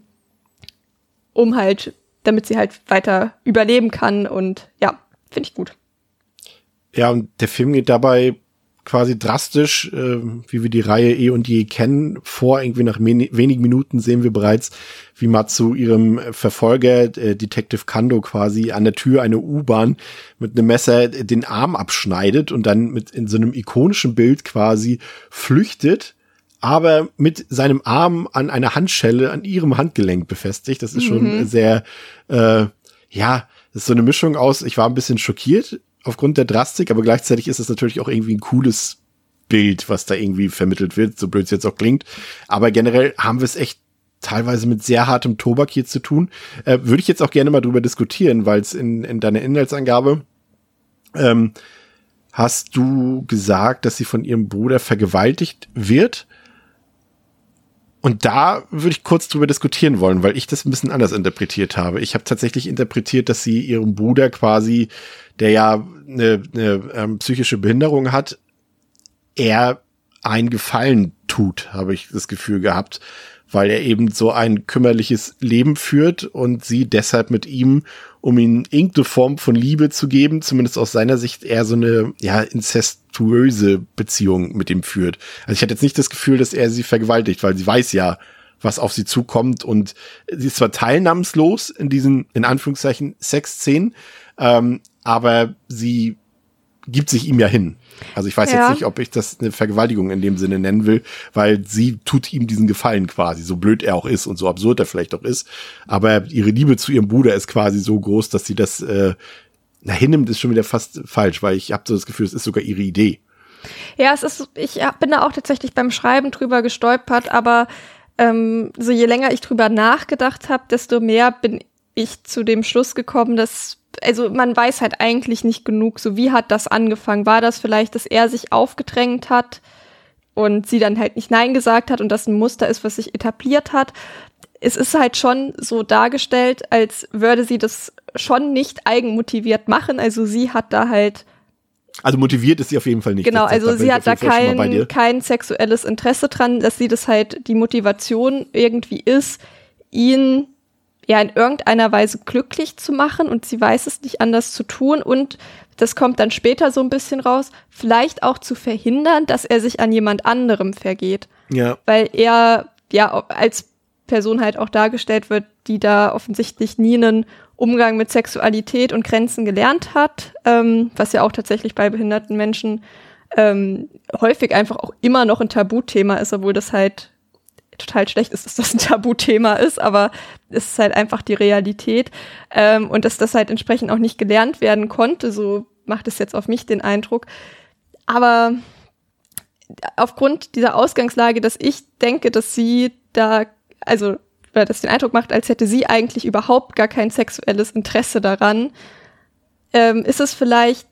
Speaker 5: um halt, damit sie halt weiter überleben kann. Und ja, finde ich gut.
Speaker 4: Ja, und der Film geht dabei quasi drastisch, äh, wie wir die Reihe eh und je kennen, vor. Irgendwie nach men- wenigen Minuten sehen wir bereits, wie Matsu ihrem Verfolger, äh, Detective Kando, quasi an der Tür einer U-Bahn mit einem Messer den Arm abschneidet und dann mit in so einem ikonischen Bild quasi flüchtet, aber mit seinem Arm an einer Handschelle an ihrem Handgelenk befestigt. Das ist schon
Speaker 5: Mhm.
Speaker 4: sehr, äh, ja, das ist so eine Mischung aus, ich war ein bisschen schockiert aufgrund der Drastik, aber gleichzeitig ist es natürlich auch irgendwie ein cooles Bild, was da irgendwie vermittelt wird, so blöd es jetzt auch klingt. Aber generell haben wir es echt teilweise mit sehr hartem Tobak hier zu tun. Äh, würde ich jetzt auch gerne mal drüber diskutieren, weil es in, in deiner Inhaltsangabe ähm, hast du gesagt, dass sie von ihrem Bruder vergewaltigt wird. Und da würde ich kurz drüber diskutieren wollen, weil ich das ein bisschen anders interpretiert habe. Ich habe tatsächlich interpretiert, dass sie ihrem Bruder quasi, der ja eine, eine ähm, psychische Behinderung hat, er einen Gefallen tut, habe ich das Gefühl gehabt, weil er eben so ein kümmerliches Leben führt und sie deshalb mit ihm, um ihm irgendeine Form von Liebe zu geben, zumindest aus seiner Sicht eher so eine ja inzestuöse Beziehung mit ihm führt. Also ich hatte jetzt nicht das Gefühl, dass er sie vergewaltigt, weil sie weiß ja, was auf sie zukommt und sie ist zwar teilnahmslos in diesen, in Anführungszeichen, Sexszenen, ähm, aber sie gibt sich ihm ja hin. Also ich weiß
Speaker 5: Ja.
Speaker 4: jetzt nicht, ob ich das eine Vergewaltigung in dem Sinne nennen will, weil sie tut ihm diesen Gefallen quasi, so blöd er auch ist und so absurd er vielleicht auch ist. Aber ihre Liebe zu ihrem Bruder ist quasi so groß, dass sie das äh, na, hinnimmt, ist schon wieder fast falsch, weil ich habe so das Gefühl, es ist sogar ihre Idee.
Speaker 5: Ja, es ist, ich bin da auch tatsächlich beim Schreiben drüber gestolpert, aber ähm, so je länger ich drüber nachgedacht habe, desto mehr bin ich zu dem Schluss gekommen, dass, also man weiß halt eigentlich nicht genug, so wie hat das angefangen? War das vielleicht, dass er sich aufgedrängt hat und sie dann halt nicht Nein gesagt hat und das ein Muster ist, was sich etabliert hat? Es ist halt schon so dargestellt, als würde sie das schon nicht eigenmotiviert machen, also sie hat da halt
Speaker 4: Also motiviert ist sie auf jeden Fall nicht.
Speaker 5: Genau,
Speaker 4: Das- das-
Speaker 5: also
Speaker 4: bin
Speaker 5: sie
Speaker 4: ich
Speaker 5: hat
Speaker 4: auf
Speaker 5: da
Speaker 4: jeden Fall schon mal bei
Speaker 5: kein,
Speaker 4: dir.
Speaker 5: kein sexuelles Interesse dran, dass sie das halt die Motivation irgendwie ist, ihn ja in irgendeiner Weise glücklich zu machen und sie weiß es nicht anders zu tun und das kommt dann später so ein bisschen raus, vielleicht auch zu verhindern, dass er sich an jemand anderem vergeht,
Speaker 4: Ja.
Speaker 5: weil er ja als Person halt auch dargestellt wird, die da offensichtlich nie einen Umgang mit Sexualität und Grenzen gelernt hat, ähm, was ja auch tatsächlich bei behinderten Menschen ähm, häufig einfach auch immer noch ein Tabuthema ist, obwohl das halt total schlecht ist, dass das ein Tabuthema ist, aber es ist halt einfach die Realität ähm, und dass das halt entsprechend auch nicht gelernt werden konnte, so macht es jetzt auf mich den Eindruck. Aber aufgrund dieser Ausgangslage, dass ich denke, dass sie da, also oder das den Eindruck macht, als hätte sie eigentlich überhaupt gar kein sexuelles Interesse daran, ähm, ist es vielleicht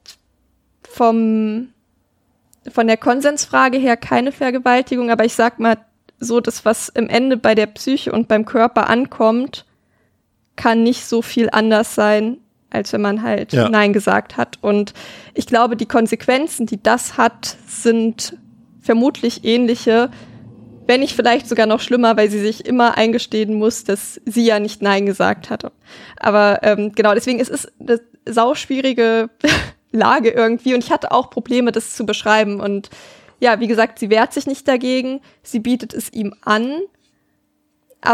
Speaker 5: vom von der Konsensfrage her keine Vergewaltigung, aber ich sag mal so, das, was im Ende bei der Psyche und beim Körper ankommt, kann nicht so viel anders sein, als wenn man halt
Speaker 4: Ja.
Speaker 5: Nein gesagt hat. Und ich glaube, die Konsequenzen, die das hat, sind vermutlich ähnliche, wenn nicht vielleicht sogar noch schlimmer, weil sie sich immer eingestehen muss, dass sie ja nicht Nein gesagt hatte. Aber ähm, genau, deswegen es ist es eine sauschwierige Lage irgendwie und ich hatte auch Probleme, das zu beschreiben und ja, wie gesagt, sie wehrt sich nicht dagegen, sie bietet es ihm an, aber ich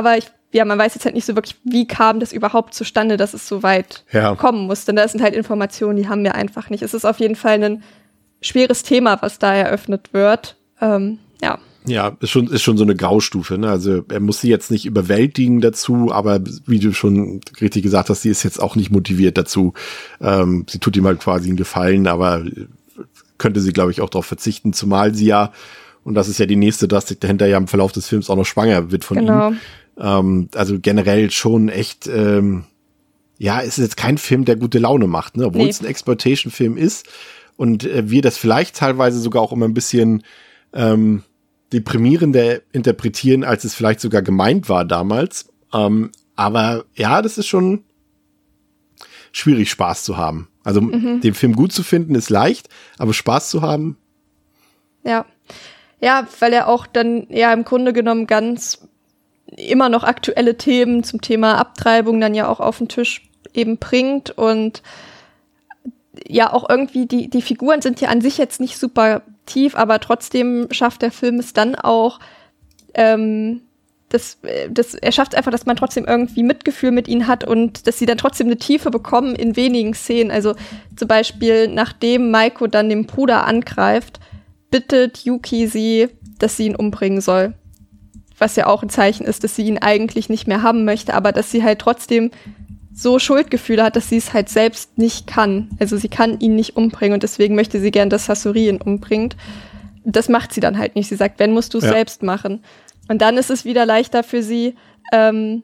Speaker 5: ja, man weiß jetzt halt nicht so wirklich, wie kam das überhaupt zustande, dass es so weit
Speaker 4: ja.
Speaker 5: kommen muss. Denn das sind halt Informationen, die haben wir einfach nicht. Es ist auf jeden Fall ein schweres Thema, was da eröffnet wird. Ähm, ja.
Speaker 4: Ja, ist schon, ist schon so eine Graustufe, ne? Also er muss sie jetzt nicht überwältigen dazu, aber wie du schon richtig gesagt hast, sie ist jetzt auch nicht motiviert dazu. Ähm, sie tut ihm halt quasi einen Gefallen, aber könnte sie, glaube ich, auch darauf verzichten, zumal sie ja, und das ist ja die nächste Drastik dahinter, ja im Verlauf des Films auch noch schwanger wird von
Speaker 5: genau.
Speaker 4: ihm. Ähm, also generell schon echt, ähm, ja, es ist jetzt kein Film, der gute Laune macht, ne? Obwohl nee. es ein Exploitation-Film ist und äh, wir das vielleicht teilweise sogar auch immer ein bisschen ähm, deprimierender interpretieren, als es vielleicht sogar gemeint war damals. Ähm, aber ja, das ist schon schwierig, Spaß zu haben. Also mhm. den Film gut zu finden ist leicht, aber Spaß zu haben.
Speaker 5: Ja, ja, weil er auch dann ja im Grunde genommen ganz immer noch aktuelle Themen zum Thema Abtreibung dann ja auch auf den Tisch eben bringt und ja auch irgendwie die die Figuren sind ja an sich jetzt nicht super tief, aber trotzdem schafft der Film es dann auch, ähm, das, das, er schafft einfach, dass man trotzdem irgendwie Mitgefühl mit ihnen hat und dass sie dann trotzdem eine Tiefe bekommen in wenigen Szenen. Also zum Beispiel, nachdem Maiko dann den Bruder angreift, bittet Yuki sie, dass sie ihn umbringen soll. Was ja auch ein Zeichen ist, dass sie ihn eigentlich nicht mehr haben möchte, aber dass sie halt trotzdem so Schuldgefühle hat, dass sie es halt selbst nicht kann. Also sie kann ihn nicht umbringen und deswegen möchte sie gern, dass Hasuri ihn umbringt. Das macht sie dann halt nicht. Sie sagt, wenn, musst du es ja. selbst machen. Und dann ist es wieder leichter für sie, ähm,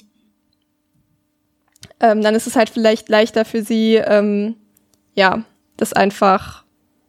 Speaker 5: ähm, dann ist es halt vielleicht leichter für sie, ähm, ja, das einfach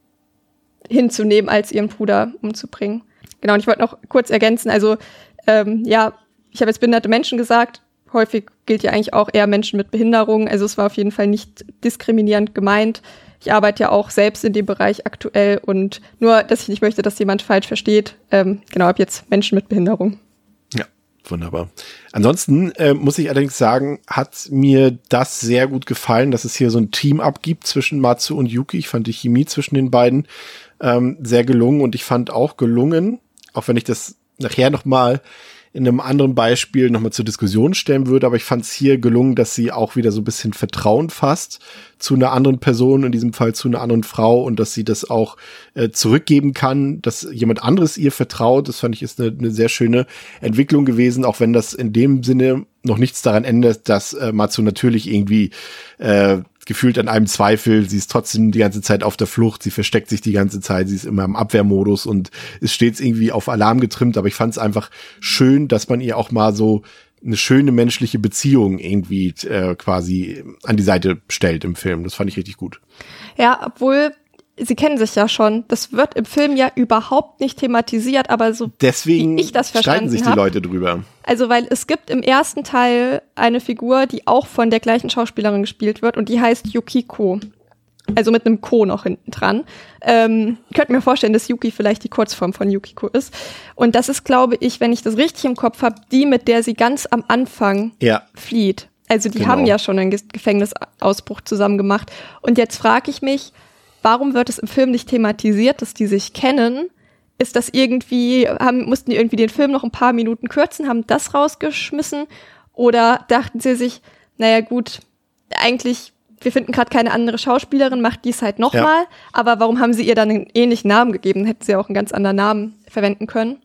Speaker 5: hinzunehmen, als ihren Bruder umzubringen. Genau, und ich wollte noch kurz ergänzen, also ähm, ja, ich habe jetzt behinderte Menschen gesagt, häufig gilt ja eigentlich auch eher Menschen mit Behinderung, also es war auf jeden Fall nicht diskriminierend gemeint. Ich arbeite ja auch selbst in dem Bereich aktuell und nur, dass ich nicht möchte, dass jemand falsch versteht, ähm, genau, ab jetzt Menschen mit Behinderung.
Speaker 4: Ja, wunderbar. Ansonsten äh, muss ich allerdings sagen, hat mir das sehr gut gefallen, dass es hier so ein Team-Up gibt zwischen Matsu und Yuki. Ich fand die Chemie zwischen den beiden ähm, sehr gelungen und ich fand auch gelungen, auch wenn ich das nachher noch mal in einem anderen Beispiel nochmal zur Diskussion stellen würde, aber ich fand es hier gelungen, dass sie auch wieder so ein bisschen Vertrauen fasst zu einer anderen Person, in diesem Fall zu einer anderen Frau und dass sie das auch äh, zurückgeben kann, dass jemand anderes ihr vertraut. Das fand ich ist eine, eine sehr schöne Entwicklung gewesen, auch wenn das in dem Sinne noch nichts daran ändert, dass äh, Matsu natürlich irgendwie äh, gefühlt an einem Zweifel, sie ist trotzdem die ganze Zeit auf der Flucht, sie versteckt sich die ganze Zeit, sie ist immer im Abwehrmodus und ist stets irgendwie auf Alarm getrimmt, aber ich fand es einfach schön, dass man ihr auch mal so eine schöne menschliche Beziehung irgendwie äh, quasi an die Seite stellt im Film. Das fand ich richtig gut.
Speaker 5: Ja, obwohl sie kennen sich ja schon. Das wird im Film ja überhaupt nicht thematisiert, aber so
Speaker 4: deswegen
Speaker 5: wie ich das verstanden
Speaker 4: streiten sich die
Speaker 5: hab,
Speaker 4: Leute drüber.
Speaker 5: Also, weil es gibt im ersten Teil eine Figur, die auch von der gleichen Schauspielerin gespielt wird und die heißt Yukiko. Also mit einem Ko noch hinten dran. Ähm, ich könnte mir vorstellen, dass Yuki vielleicht die Kurzform von Yukiko ist. Und das ist, glaube ich, wenn ich das richtig im Kopf habe, die, mit der sie ganz am Anfang
Speaker 4: ja.
Speaker 5: flieht. Also die
Speaker 4: genau.
Speaker 5: haben ja schon einen Gefängnisausbruch zusammen gemacht. Und jetzt frage ich mich, warum wird es im Film nicht thematisiert, dass die sich kennen? Ist das irgendwie, haben, mussten die irgendwie den Film noch ein paar Minuten kürzen, haben das rausgeschmissen? Oder dachten sie sich, naja gut, eigentlich, wir finden gerade keine andere Schauspielerin, macht dies halt nochmal. Ja. Aber warum haben sie ihr dann einen ähnlichen Namen gegeben? Hätten sie auch einen ganz anderen Namen verwenden können.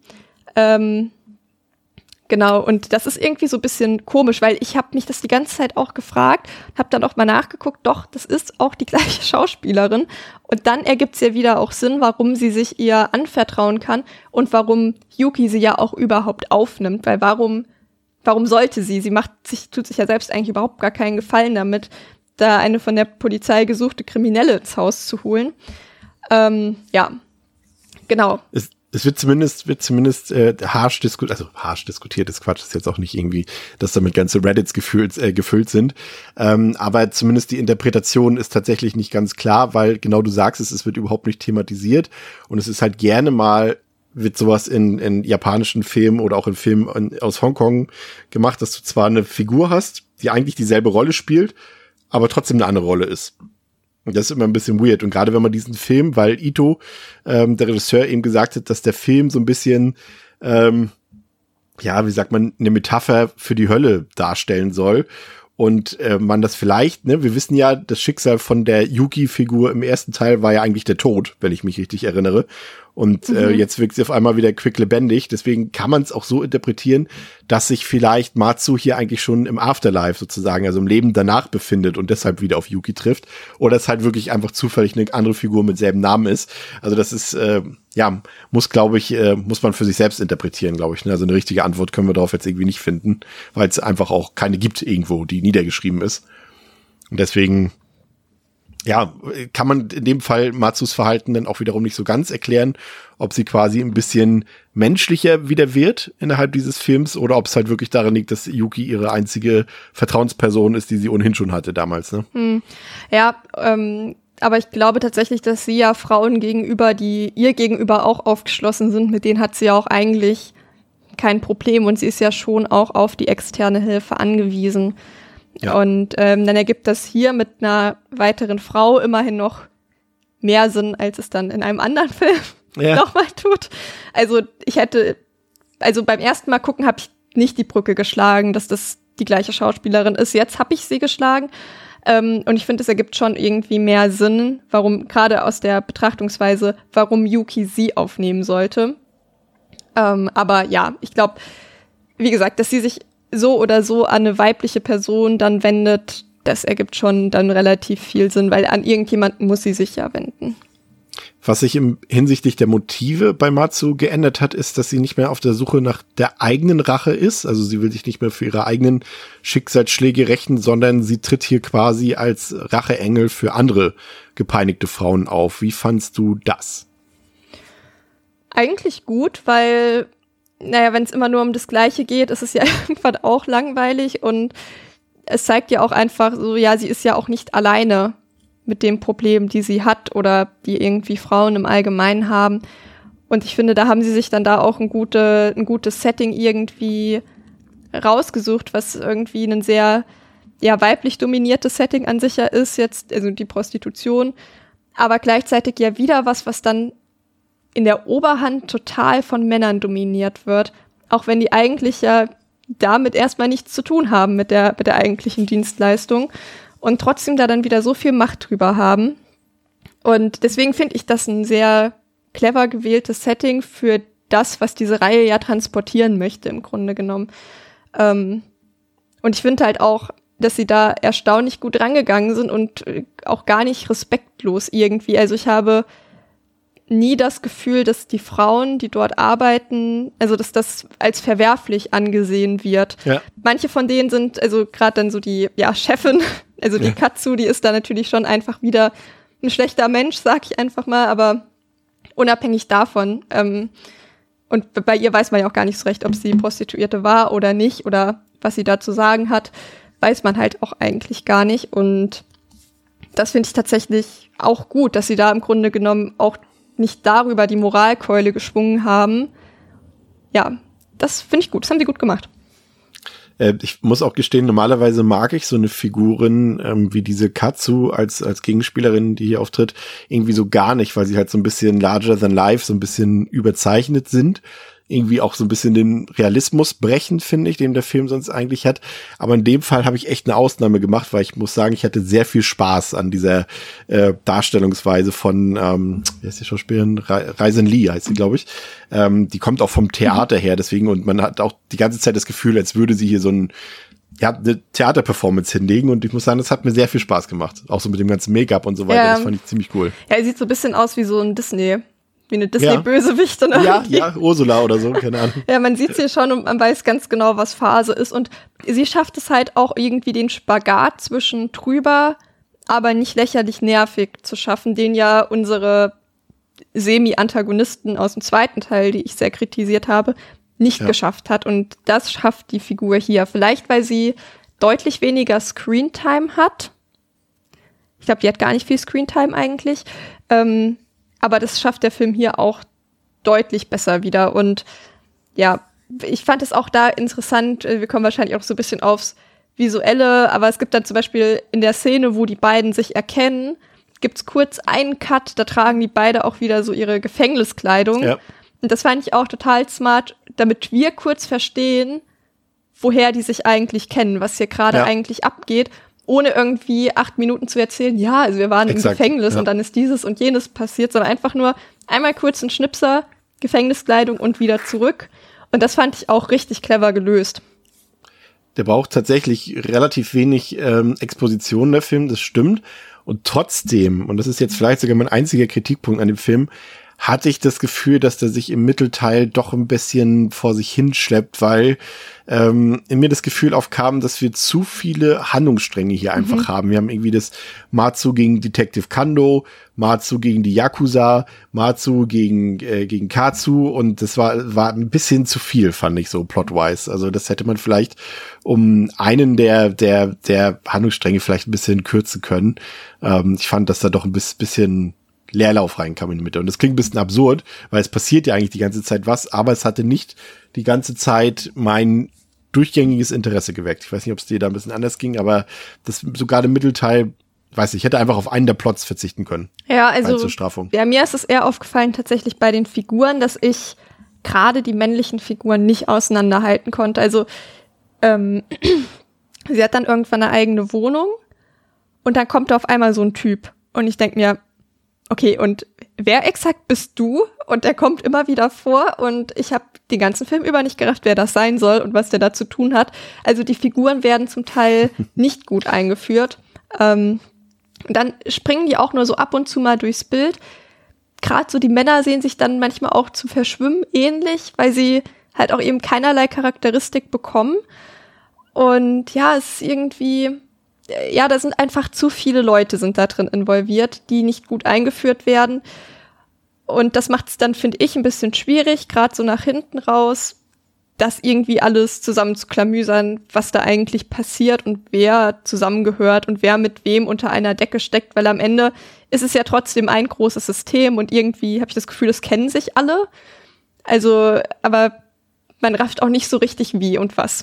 Speaker 5: Ähm, Genau, und das ist irgendwie so ein bisschen komisch, weil ich habe mich das die ganze Zeit auch gefragt, habe dann auch mal nachgeguckt, doch, das ist auch die gleiche Schauspielerin. Und dann ergibt es ja wieder auch Sinn, warum sie sich ihr anvertrauen kann und warum Yuki sie ja auch überhaupt aufnimmt, weil warum, warum sollte sie? Sie macht sich, tut sich ja selbst eigentlich überhaupt gar keinen Gefallen damit, da eine von der Polizei gesuchte Kriminelle ins Haus zu holen. Ähm, ja, genau.
Speaker 4: Es Es wird zumindest, wird zumindest äh, harsch diskutiert, also harsch diskutiert ist Quatsch, ist jetzt auch nicht irgendwie, dass damit ganze Reddits gefüllt, äh, gefüllt sind. Ähm, aber zumindest die Interpretation ist tatsächlich nicht ganz klar, weil genau du sagst es, es wird überhaupt nicht thematisiert und es ist halt gerne mal, wird sowas in, in japanischen Filmen oder auch in Filmen in, aus Hongkong gemacht, dass du zwar eine Figur hast, die eigentlich dieselbe Rolle spielt, aber trotzdem eine andere Rolle ist. Das ist immer ein bisschen weird. Und gerade wenn man diesen Film, weil Ito, ähm, der Regisseur, eben gesagt hat, dass der Film so ein bisschen, ähm, ja, wie sagt man, eine Metapher für die Hölle darstellen soll. Und äh, man das vielleicht, ne, wir wissen ja, das Schicksal von der Yuki-Figur im ersten Teil war ja eigentlich der Tod, wenn ich mich richtig erinnere. Und mhm. äh, jetzt wirkt sie auf einmal wieder quicklebendig. Deswegen kann man es auch so interpretieren, dass sich vielleicht Matsu hier eigentlich schon im Afterlife sozusagen, also im Leben danach befindet und deshalb wieder auf Yuki trifft. Oder es halt wirklich einfach zufällig eine andere Figur mit selben Namen ist. Also das ist, äh, ja, muss, glaube ich, äh, muss man für sich selbst interpretieren, glaube ich. Ne? Also eine richtige Antwort können wir darauf jetzt irgendwie nicht finden, weil es einfach auch keine gibt irgendwo, die niedergeschrieben ist. Und deswegen, ja, kann man in dem Fall Matsus Verhalten dann auch wiederum nicht so ganz erklären, ob sie quasi ein bisschen menschlicher wieder wird innerhalb dieses Films oder ob es halt wirklich daran liegt, dass Yuki ihre einzige Vertrauensperson ist, die sie ohnehin schon hatte damals. Ne?
Speaker 5: Hm. Ja, ähm, aber ich glaube tatsächlich, dass sie ja Frauen gegenüber, die ihr gegenüber auch aufgeschlossen sind, mit denen hat sie ja auch eigentlich kein Problem und sie ist ja schon auch auf die externe Hilfe angewiesen. Ja. Und ähm, dann ergibt das hier mit einer weiteren Frau immerhin noch mehr Sinn, als es dann in einem anderen Film ja. nochmal tut. Also ich hätte, also beim ersten Mal gucken habe ich nicht die Brücke geschlagen, dass das die gleiche Schauspielerin ist. Jetzt habe ich sie geschlagen. Ähm, und ich finde, es ergibt schon irgendwie mehr Sinn, warum, gerade aus der Betrachtungsweise, warum Yuki sie aufnehmen sollte. Ähm, aber ja, ich glaube, wie gesagt, dass sie sich so oder so an eine weibliche Person dann wendet, das ergibt schon dann relativ viel Sinn, weil an irgendjemanden muss sie sich ja wenden.
Speaker 4: Was sich im hinsichtlich der Motive bei Matsu geändert hat, ist, dass sie nicht mehr auf der Suche nach der eigenen Rache ist. Also sie will sich nicht mehr für ihre eigenen Schicksalsschläge rächen, sondern sie tritt hier quasi als Racheengel für andere gepeinigte Frauen auf. Wie fandst du das?
Speaker 5: Eigentlich gut, weil naja, wenn es immer nur um das Gleiche geht, ist es ja irgendwann auch langweilig und es zeigt ja auch einfach so, ja, sie ist ja auch nicht alleine mit dem Problem, die sie hat oder die irgendwie Frauen im Allgemeinen haben. Und ich finde, da haben sie sich dann da auch ein, gute, ein gutes Setting irgendwie rausgesucht, was irgendwie ein sehr ja, weiblich dominiertes Setting an sich ja ist, jetzt, also die Prostitution, aber gleichzeitig ja wieder was, was dann in der Oberhand total von Männern dominiert wird, auch wenn die eigentlich ja damit erstmal nichts zu tun haben mit der, mit der eigentlichen Dienstleistung und trotzdem da dann wieder so viel Macht drüber haben. Und deswegen finde ich das ein sehr clever gewähltes Setting für das, was diese Reihe ja transportieren möchte, im Grunde genommen. Ähm, und ich finde halt auch, dass sie da erstaunlich gut rangegangen sind und auch gar nicht respektlos irgendwie. Also ich habe nie das Gefühl, dass die Frauen, die dort arbeiten, also dass das als verwerflich angesehen wird. Ja. Manche von denen sind, also gerade dann so die ja, Chefin, also die ja. Katsu, die ist da natürlich schon einfach wieder ein schlechter Mensch, sag ich einfach mal, aber unabhängig davon. Ähm, und bei ihr weiß man ja auch gar nicht so recht, ob sie Prostituierte war oder nicht oder was sie da zu sagen hat, weiß man halt auch eigentlich gar nicht. Und das finde ich tatsächlich auch gut, dass sie da im Grunde genommen auch nicht darüber die Moralkeule geschwungen haben. Ja, das finde ich gut. Das haben sie gut gemacht.
Speaker 4: Äh, ich muss auch gestehen, normalerweise mag ich so eine Figurin ähm, wie diese Katsu als als Gegenspielerin, die hier auftritt, irgendwie so gar nicht, weil sie halt so ein bisschen larger than life, so ein bisschen überzeichnet sind. Irgendwie auch so ein bisschen den Realismus brechen, finde ich, den der Film sonst eigentlich hat. Aber in dem Fall habe ich echt eine Ausnahme gemacht, weil ich muss sagen, ich hatte sehr viel Spaß an dieser äh, Darstellungsweise von, ähm, wie heißt die Schauspielerin? Re- Reisen Lee heißt sie, glaube ich. Ähm, die kommt auch vom Theater her, deswegen, und man hat auch die ganze Zeit das Gefühl, als würde sie hier so ein ja, eine Theaterperformance hinlegen und ich muss sagen, das hat mir sehr viel Spaß gemacht. Auch so mit dem ganzen Make-up und so weiter, ja. Das fand ich ziemlich cool.
Speaker 5: Ja, er sieht so ein bisschen aus wie so ein Disney Wie eine Disney-Bösewichtin.
Speaker 4: Ja, ja, Ursula oder so, keine Ahnung.
Speaker 5: Ja, man sieht sie schon und man weiß ganz genau, was Phase ist. Und sie schafft es halt auch irgendwie den Spagat zwischen drüber, aber nicht lächerlich nervig zu schaffen, den ja unsere Semi-Antagonisten aus dem zweiten Teil, die ich sehr kritisiert habe, nicht ja. geschafft hat. Und das schafft die Figur hier. Vielleicht, weil sie deutlich weniger Screentime hat. Ich glaube, die hat gar nicht viel Screentime eigentlich. Ähm, Aber das schafft der Film hier auch deutlich besser wieder. Und ja, ich fand es auch da interessant, wir kommen wahrscheinlich auch so ein bisschen aufs Visuelle, aber es gibt dann zum Beispiel in der Szene, wo die beiden sich erkennen, gibt's kurz einen Cut, da tragen die beide auch wieder so ihre Gefängniskleidung. Ja. Und das fand ich auch total smart damit wir kurz verstehen, woher die sich eigentlich kennen, was hier gerade
Speaker 4: ja.
Speaker 5: eigentlich abgeht, ohne irgendwie acht Minuten zu erzählen, ja, also wir waren
Speaker 4: Exakt,
Speaker 5: im Gefängnis
Speaker 4: ja.
Speaker 5: und dann ist dieses und jenes passiert, sondern einfach nur einmal kurz ein Schnipser, Gefängniskleidung und wieder zurück. Und das fand ich auch richtig clever gelöst.
Speaker 4: Der braucht tatsächlich relativ wenig ähm, Exposition, der Film, das stimmt. Und trotzdem, und das ist jetzt vielleicht sogar mein einziger Kritikpunkt an dem Film, hatte ich das Gefühl, dass der sich im Mittelteil doch ein bisschen vor sich hinschleppt, weil ähm, in mir das Gefühl aufkam, dass wir zu viele Handlungsstränge hier einfach mhm. haben. Wir haben irgendwie das Matsu gegen Detective Kando, Matsu gegen die Yakuza, Matsu gegen äh, gegen Katsu und das war war ein bisschen zu viel, fand ich so plotwise. Also das hätte man vielleicht um einen der der der Handlungsstränge vielleicht ein bisschen kürzen können. Ähm, ich fand, dass da doch ein bisschen Leerlauf reinkam in die Mitte. Und das klingt ein bisschen absurd, weil es passiert ja eigentlich die ganze Zeit was, aber es hatte nicht die ganze Zeit mein durchgängiges Interesse geweckt. Ich weiß nicht, ob es dir da ein bisschen anders ging, aber das sogar im Mittelteil, weiß ich, ich hätte einfach auf einen der Plots verzichten können.
Speaker 5: Ja, also
Speaker 4: zur Strafung.
Speaker 5: Ja, mir ist es eher aufgefallen tatsächlich bei den Figuren, dass ich gerade die männlichen Figuren nicht auseinanderhalten konnte. Also ähm, sie hat dann irgendwann eine eigene Wohnung und dann kommt da auf einmal so ein Typ. Und ich denke mir, okay, und wer exakt bist du? Und der kommt immer wieder vor und ich habe den ganzen Film über nicht gerafft, wer das sein soll und was der da zu tun hat. Also die Figuren werden zum Teil nicht gut eingeführt. Ähm, dann springen die auch nur so ab und zu mal durchs Bild. Gerade so die Männer sehen sich dann manchmal auch zu verschwimmen ähnlich, weil sie halt auch eben keinerlei Charakteristik bekommen. Und ja, es ist irgendwie... Ja, da sind einfach zu viele Leute sind da drin involviert, die nicht gut eingeführt werden. Und das macht es dann, finde ich, ein bisschen schwierig, gerade so nach hinten raus, das irgendwie alles zusammen zu klamüsern, was da eigentlich passiert und wer zusammengehört und wer mit wem unter einer Decke steckt, weil am Ende ist es ja trotzdem ein großes System und irgendwie habe ich das Gefühl, es kennen sich alle. Also, aber man rafft auch nicht so richtig wie und was.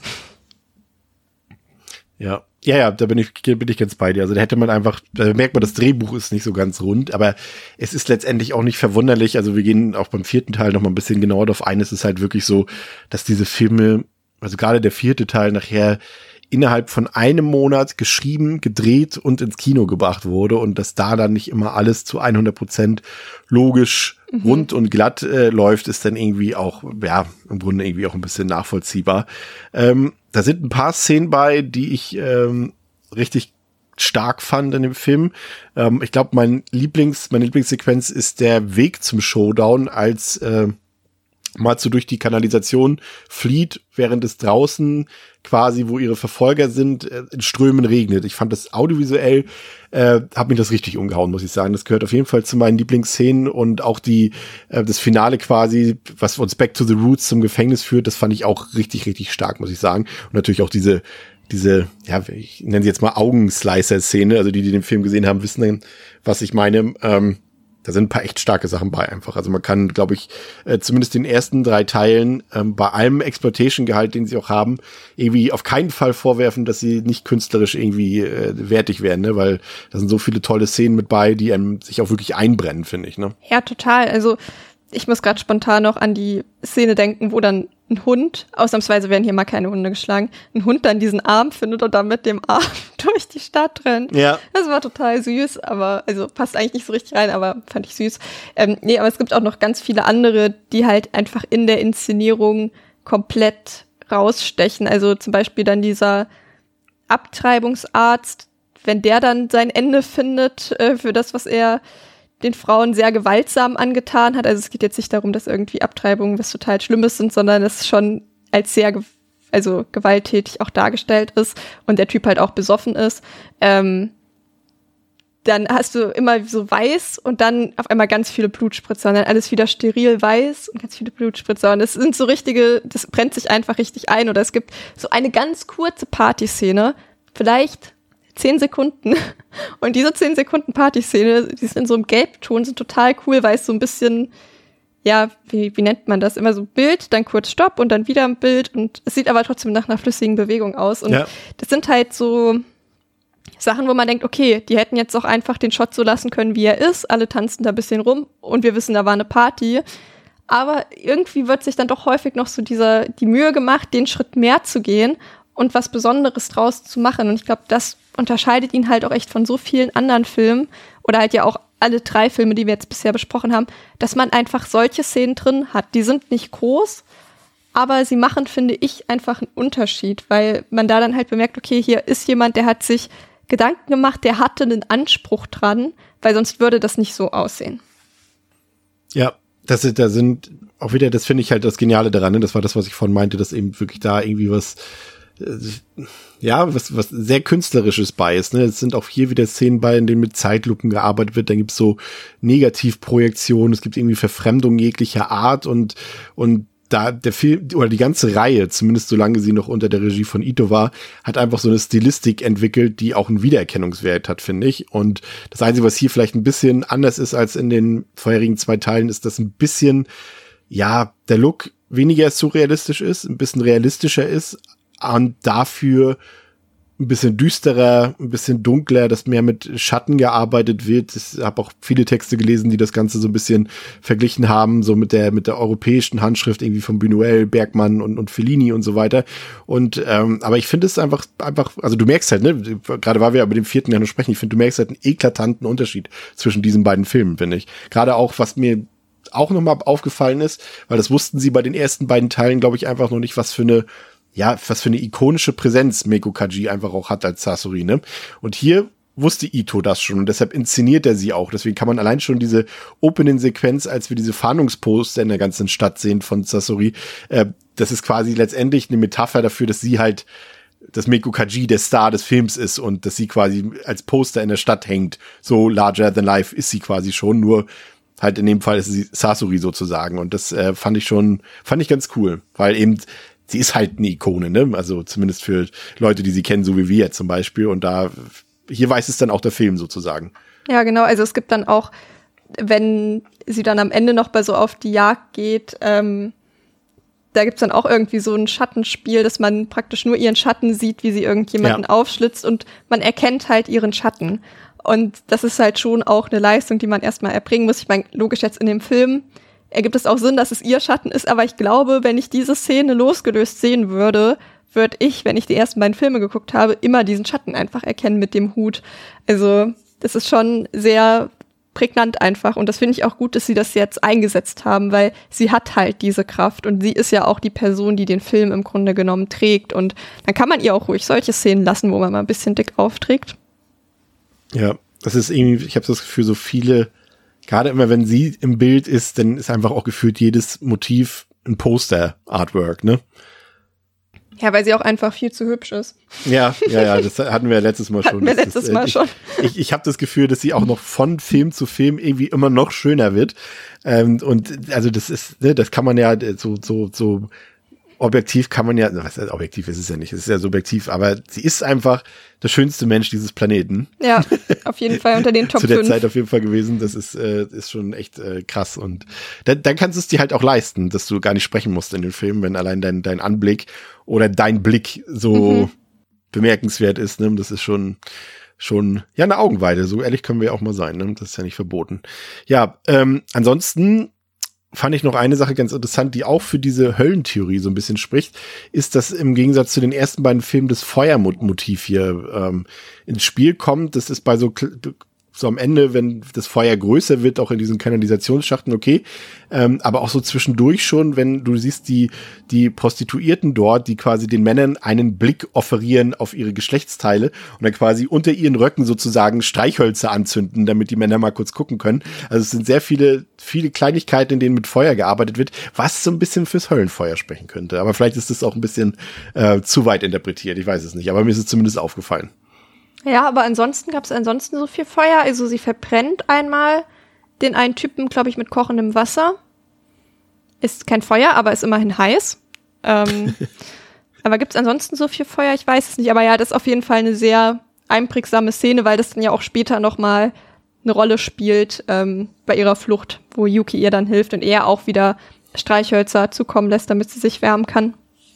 Speaker 4: Ja. Ja, ja, da bin ich, bin ich ganz bei dir. Also da hätte man einfach, da merkt man, das Drehbuch ist nicht so ganz rund, aber es ist letztendlich auch nicht verwunderlich. Also wir gehen auch beim vierten Teil noch mal ein bisschen genauer darauf ein. Es ist halt wirklich so, dass diese Filme, also gerade der vierte Teil nachher innerhalb von einem Monat geschrieben, gedreht und ins Kino gebracht wurde und dass da dann nicht immer alles zu hundert Prozent logisch mhm. rund und glatt äh, läuft, ist dann irgendwie auch, ja, im Grunde irgendwie auch ein bisschen nachvollziehbar. Ähm, da sind ein paar Szenen bei, die ich ähm, richtig stark fand in dem Film. Ähm, ich glaube, mein Lieblings, meine Lieblingssequenz ist der Weg zum Showdown, als äh, Matsu durch die Kanalisation flieht, während es draußen quasi, wo ihre Verfolger sind, in Strömen regnet. Ich fand das audiovisuell, äh, hat mich das richtig umgehauen, muss ich sagen. Das gehört auf jeden Fall zu meinen Lieblingsszenen und auch die äh, das Finale quasi, was uns Back to the Roots zum Gefängnis führt, das fand ich auch richtig, richtig stark, muss ich sagen. Und natürlich auch diese diese, ja, ich nenne sie jetzt mal Augenslicer-Szene, also die, die den Film gesehen haben, wissen dann, was ich meine. Ähm, Da sind ein paar echt starke Sachen bei einfach. Also man kann, glaube ich, äh, zumindest den ersten drei Teilen ähm, bei allem Exploitation-Gehalt, den sie auch haben, irgendwie auf keinen Fall vorwerfen, dass sie nicht künstlerisch irgendwie äh, wertig werden, ne? Weil da sind so viele tolle Szenen mit bei, die einem sich auch wirklich einbrennen, finde ich, ne?
Speaker 5: Ja, total. Also ich muss gerade spontan noch an die Szene denken, wo dann ein Hund, ausnahmsweise werden hier mal keine Hunde geschlagen, ein Hund dann diesen Arm findet und dann mit dem Arm durch die Stadt rennt.
Speaker 4: Ja.
Speaker 5: Das war total süß, aber, also passt eigentlich nicht so richtig rein, aber fand ich süß. Ähm, nee, aber es gibt auch noch ganz viele andere, die halt einfach in der Inszenierung komplett rausstechen. Also zum Beispiel dann dieser Abtreibungsarzt, wenn der dann sein Ende findet äh, für das, was er den Frauen sehr gewaltsam angetan hat. Also es geht jetzt nicht darum, dass irgendwie Abtreibungen was total Schlimmes sind, sondern es schon als sehr ge- also gewalttätig auch dargestellt ist und der Typ halt auch besoffen ist. Ähm, dann hast du immer so weiß und dann auf einmal ganz viele Blutspritzer und dann alles wieder steril weiß und ganz viele Blutspritzer. Und das sind so richtige, das brennt sich einfach richtig ein. Oder es gibt so eine ganz kurze Partyszene, vielleicht zehn Sekunden. Und diese zehn Sekunden Partyszene, die sind in so einem Gelbton, sind total cool, weil es so ein bisschen, ja, wie, wie nennt man das? Immer so Bild, dann kurz Stopp und dann wieder ein Bild. Und es sieht aber trotzdem nach einer flüssigen Bewegung aus. Und ja. Das sind halt so Sachen, wo man denkt, okay, die hätten jetzt auch einfach den Shot so lassen können, wie er ist. Alle tanzen da ein bisschen rum und wir wissen, da war eine Party. Aber irgendwie wird sich dann doch häufig noch so dieser, die Mühe gemacht, den Schritt mehr zu gehen und was Besonderes draus zu machen. Und ich glaube, das unterscheidet ihn halt auch echt von so vielen anderen Filmen oder halt ja auch alle drei Filme, die wir jetzt bisher besprochen haben, dass man einfach solche Szenen drin hat. Die sind nicht groß, aber sie machen, finde ich, einfach einen Unterschied, weil man da dann halt bemerkt, okay, hier ist jemand, der hat sich Gedanken gemacht, der hatte einen Anspruch dran, weil sonst würde das nicht so aussehen.
Speaker 4: Ja, das ist, da sind auch wieder, das finde ich halt das Geniale daran, ne? Das war das, was ich vorhin meinte, dass eben wirklich da irgendwie was, äh, ja, was, was sehr Künstlerisches bei ist, ne? Es sind auch hier wieder Szenen bei, in denen mit Zeitlupen gearbeitet wird, dann gibt's so Negativprojektionen, es gibt irgendwie Verfremdung jeglicher Art und, und da der Film oder die ganze Reihe, zumindest solange sie noch unter der Regie von Ito war, hat einfach so eine Stilistik entwickelt, die auch einen Wiedererkennungswert hat, finde ich. Und das Einzige, was hier vielleicht ein bisschen anders ist als in den vorherigen zwei Teilen, ist, dass ein bisschen, ja, der Look weniger surrealistisch ist, ein bisschen realistischer ist und dafür ein bisschen düsterer, ein bisschen dunkler, dass mehr mit Schatten gearbeitet wird. Ich habe auch viele Texte gelesen, die das Ganze so ein bisschen verglichen haben, so mit der mit der europäischen Handschrift irgendwie von Buñuel, Bergman und und Fellini und so weiter. Und ähm, aber ich finde es einfach einfach, also du merkst halt, ne, gerade weil wir über den vierten ja nur sprechen, ich finde, du merkst halt einen eklatanten Unterschied zwischen diesen beiden Filmen, finde ich. Gerade auch, was mir auch nochmal aufgefallen ist, weil das wussten sie bei den ersten beiden Teilen, glaube ich, einfach noch nicht, was für eine ja, was für eine ikonische Präsenz Meiko Kaji einfach auch hat als Sasori, ne? Und hier wusste Ito das schon und deshalb inszeniert er sie auch. Deswegen kann man allein schon diese Opening-Sequenz, als wir diese Fahndungsposter in der ganzen Stadt sehen von Sasori, äh, das ist quasi letztendlich eine Metapher dafür, dass sie halt, dass Meiko Kaji der Star des Films ist und dass sie quasi als Poster in der Stadt hängt. So larger than life ist sie quasi schon, nur halt in dem Fall ist sie Sasori sozusagen. Und das äh, fand ich schon, fand ich ganz cool, weil eben sie ist halt eine Ikone, ne? Also zumindest für Leute, die sie kennen, so wie wir jetzt zum Beispiel. Und da, hier weiß es dann auch der Film sozusagen.
Speaker 5: Ja, genau. Also es gibt dann auch, wenn sie dann am Ende noch bei so auf die Jagd geht, ähm, da gibt's dann auch irgendwie so ein Schattenspiel, dass man praktisch nur ihren Schatten sieht, wie sie irgendjemanden ja. aufschlitzt und man erkennt halt ihren Schatten. Und das ist halt schon auch eine Leistung, die man erstmal erbringen muss. Ich meine, logisch jetzt in dem Film ergibt es auch Sinn, dass es ihr Schatten ist, aber ich glaube, wenn ich diese Szene losgelöst sehen würde, würde ich, wenn ich die ersten beiden Filme geguckt habe, immer diesen Schatten einfach erkennen mit dem Hut. Also das ist schon sehr prägnant einfach und das finde ich auch gut, dass sie das jetzt eingesetzt haben, weil sie hat halt diese Kraft und sie ist ja auch die Person, die den Film im Grunde genommen trägt und dann kann man ihr auch ruhig solche Szenen lassen, wo man mal ein bisschen dick aufträgt.
Speaker 4: Ja, das ist irgendwie, ich habe das Gefühl, so viele, gerade immer wenn sie im Bild ist, dann ist einfach auch gefühlt jedes Motiv ein Poster-Artwork, ne?
Speaker 5: Ja, weil sie auch einfach viel zu hübsch ist.
Speaker 4: Ja, ja, ja, das hatten wir letztes Mal schon.
Speaker 5: Hatten wir letztes
Speaker 4: das,
Speaker 5: Mal
Speaker 4: ich,
Speaker 5: schon.
Speaker 4: Ich, ich habe das Gefühl, dass sie auch noch von Film zu Film irgendwie immer noch schöner wird. Ähm, und also das ist, ne, das kann man ja so, so, so objektiv kann man ja, was heißt, objektiv ist es ja nicht, es ist ja subjektiv, aber sie ist einfach der schönste Mensch dieses Planeten.
Speaker 5: Ja, auf jeden Fall unter den Top fünf.
Speaker 4: Zu der Zeit auf jeden Fall gewesen, das ist äh, ist schon echt äh, krass und dann, dann kannst du es dir halt auch leisten, dass du gar nicht sprechen musst in den Filmen, wenn allein dein dein Anblick oder dein Blick so mhm. bemerkenswert ist, ne? Das ist schon schon ja eine Augenweide, so ehrlich können wir auch mal sein, ne? Das ist ja nicht verboten. Ja, ähm, ansonsten fand ich noch eine Sache ganz interessant, die auch für diese Höllentheorie so ein bisschen spricht, ist, dass im Gegensatz zu den ersten beiden Filmen das Feuermotiv hier ähm, ins Spiel kommt. Das ist bei so so am Ende, wenn das Feuer größer wird, auch in diesen Kanalisationsschachten, okay. Ähm, aber auch so zwischendurch schon, wenn du siehst, die die Prostituierten dort, die quasi den Männern einen Blick offerieren auf ihre Geschlechtsteile und dann quasi unter ihren Röcken sozusagen Streichhölzer anzünden, damit die Männer mal kurz gucken können. Also es sind sehr viele, viele Kleinigkeiten, in denen mit Feuer gearbeitet wird, was so ein bisschen fürs Höllenfeuer sprechen könnte. Aber vielleicht ist das auch ein bisschen äh, zu weit interpretiert, ich weiß es nicht. Aber mir ist es zumindest aufgefallen.
Speaker 5: Ja, aber ansonsten gab es ansonsten so viel Feuer. Also sie verbrennt einmal den einen Typen, glaube ich, mit kochendem Wasser. Ist kein Feuer, aber ist immerhin heiß. Ähm, aber gibt es ansonsten so viel Feuer? Ich weiß es nicht. Aber ja, das ist auf jeden Fall eine sehr einprägsame Szene, weil das dann ja auch später noch mal eine Rolle spielt ähm, bei ihrer Flucht, wo Yuki ihr dann hilft und er auch wieder Streichhölzer zukommen lässt, damit sie sich wärmen kann.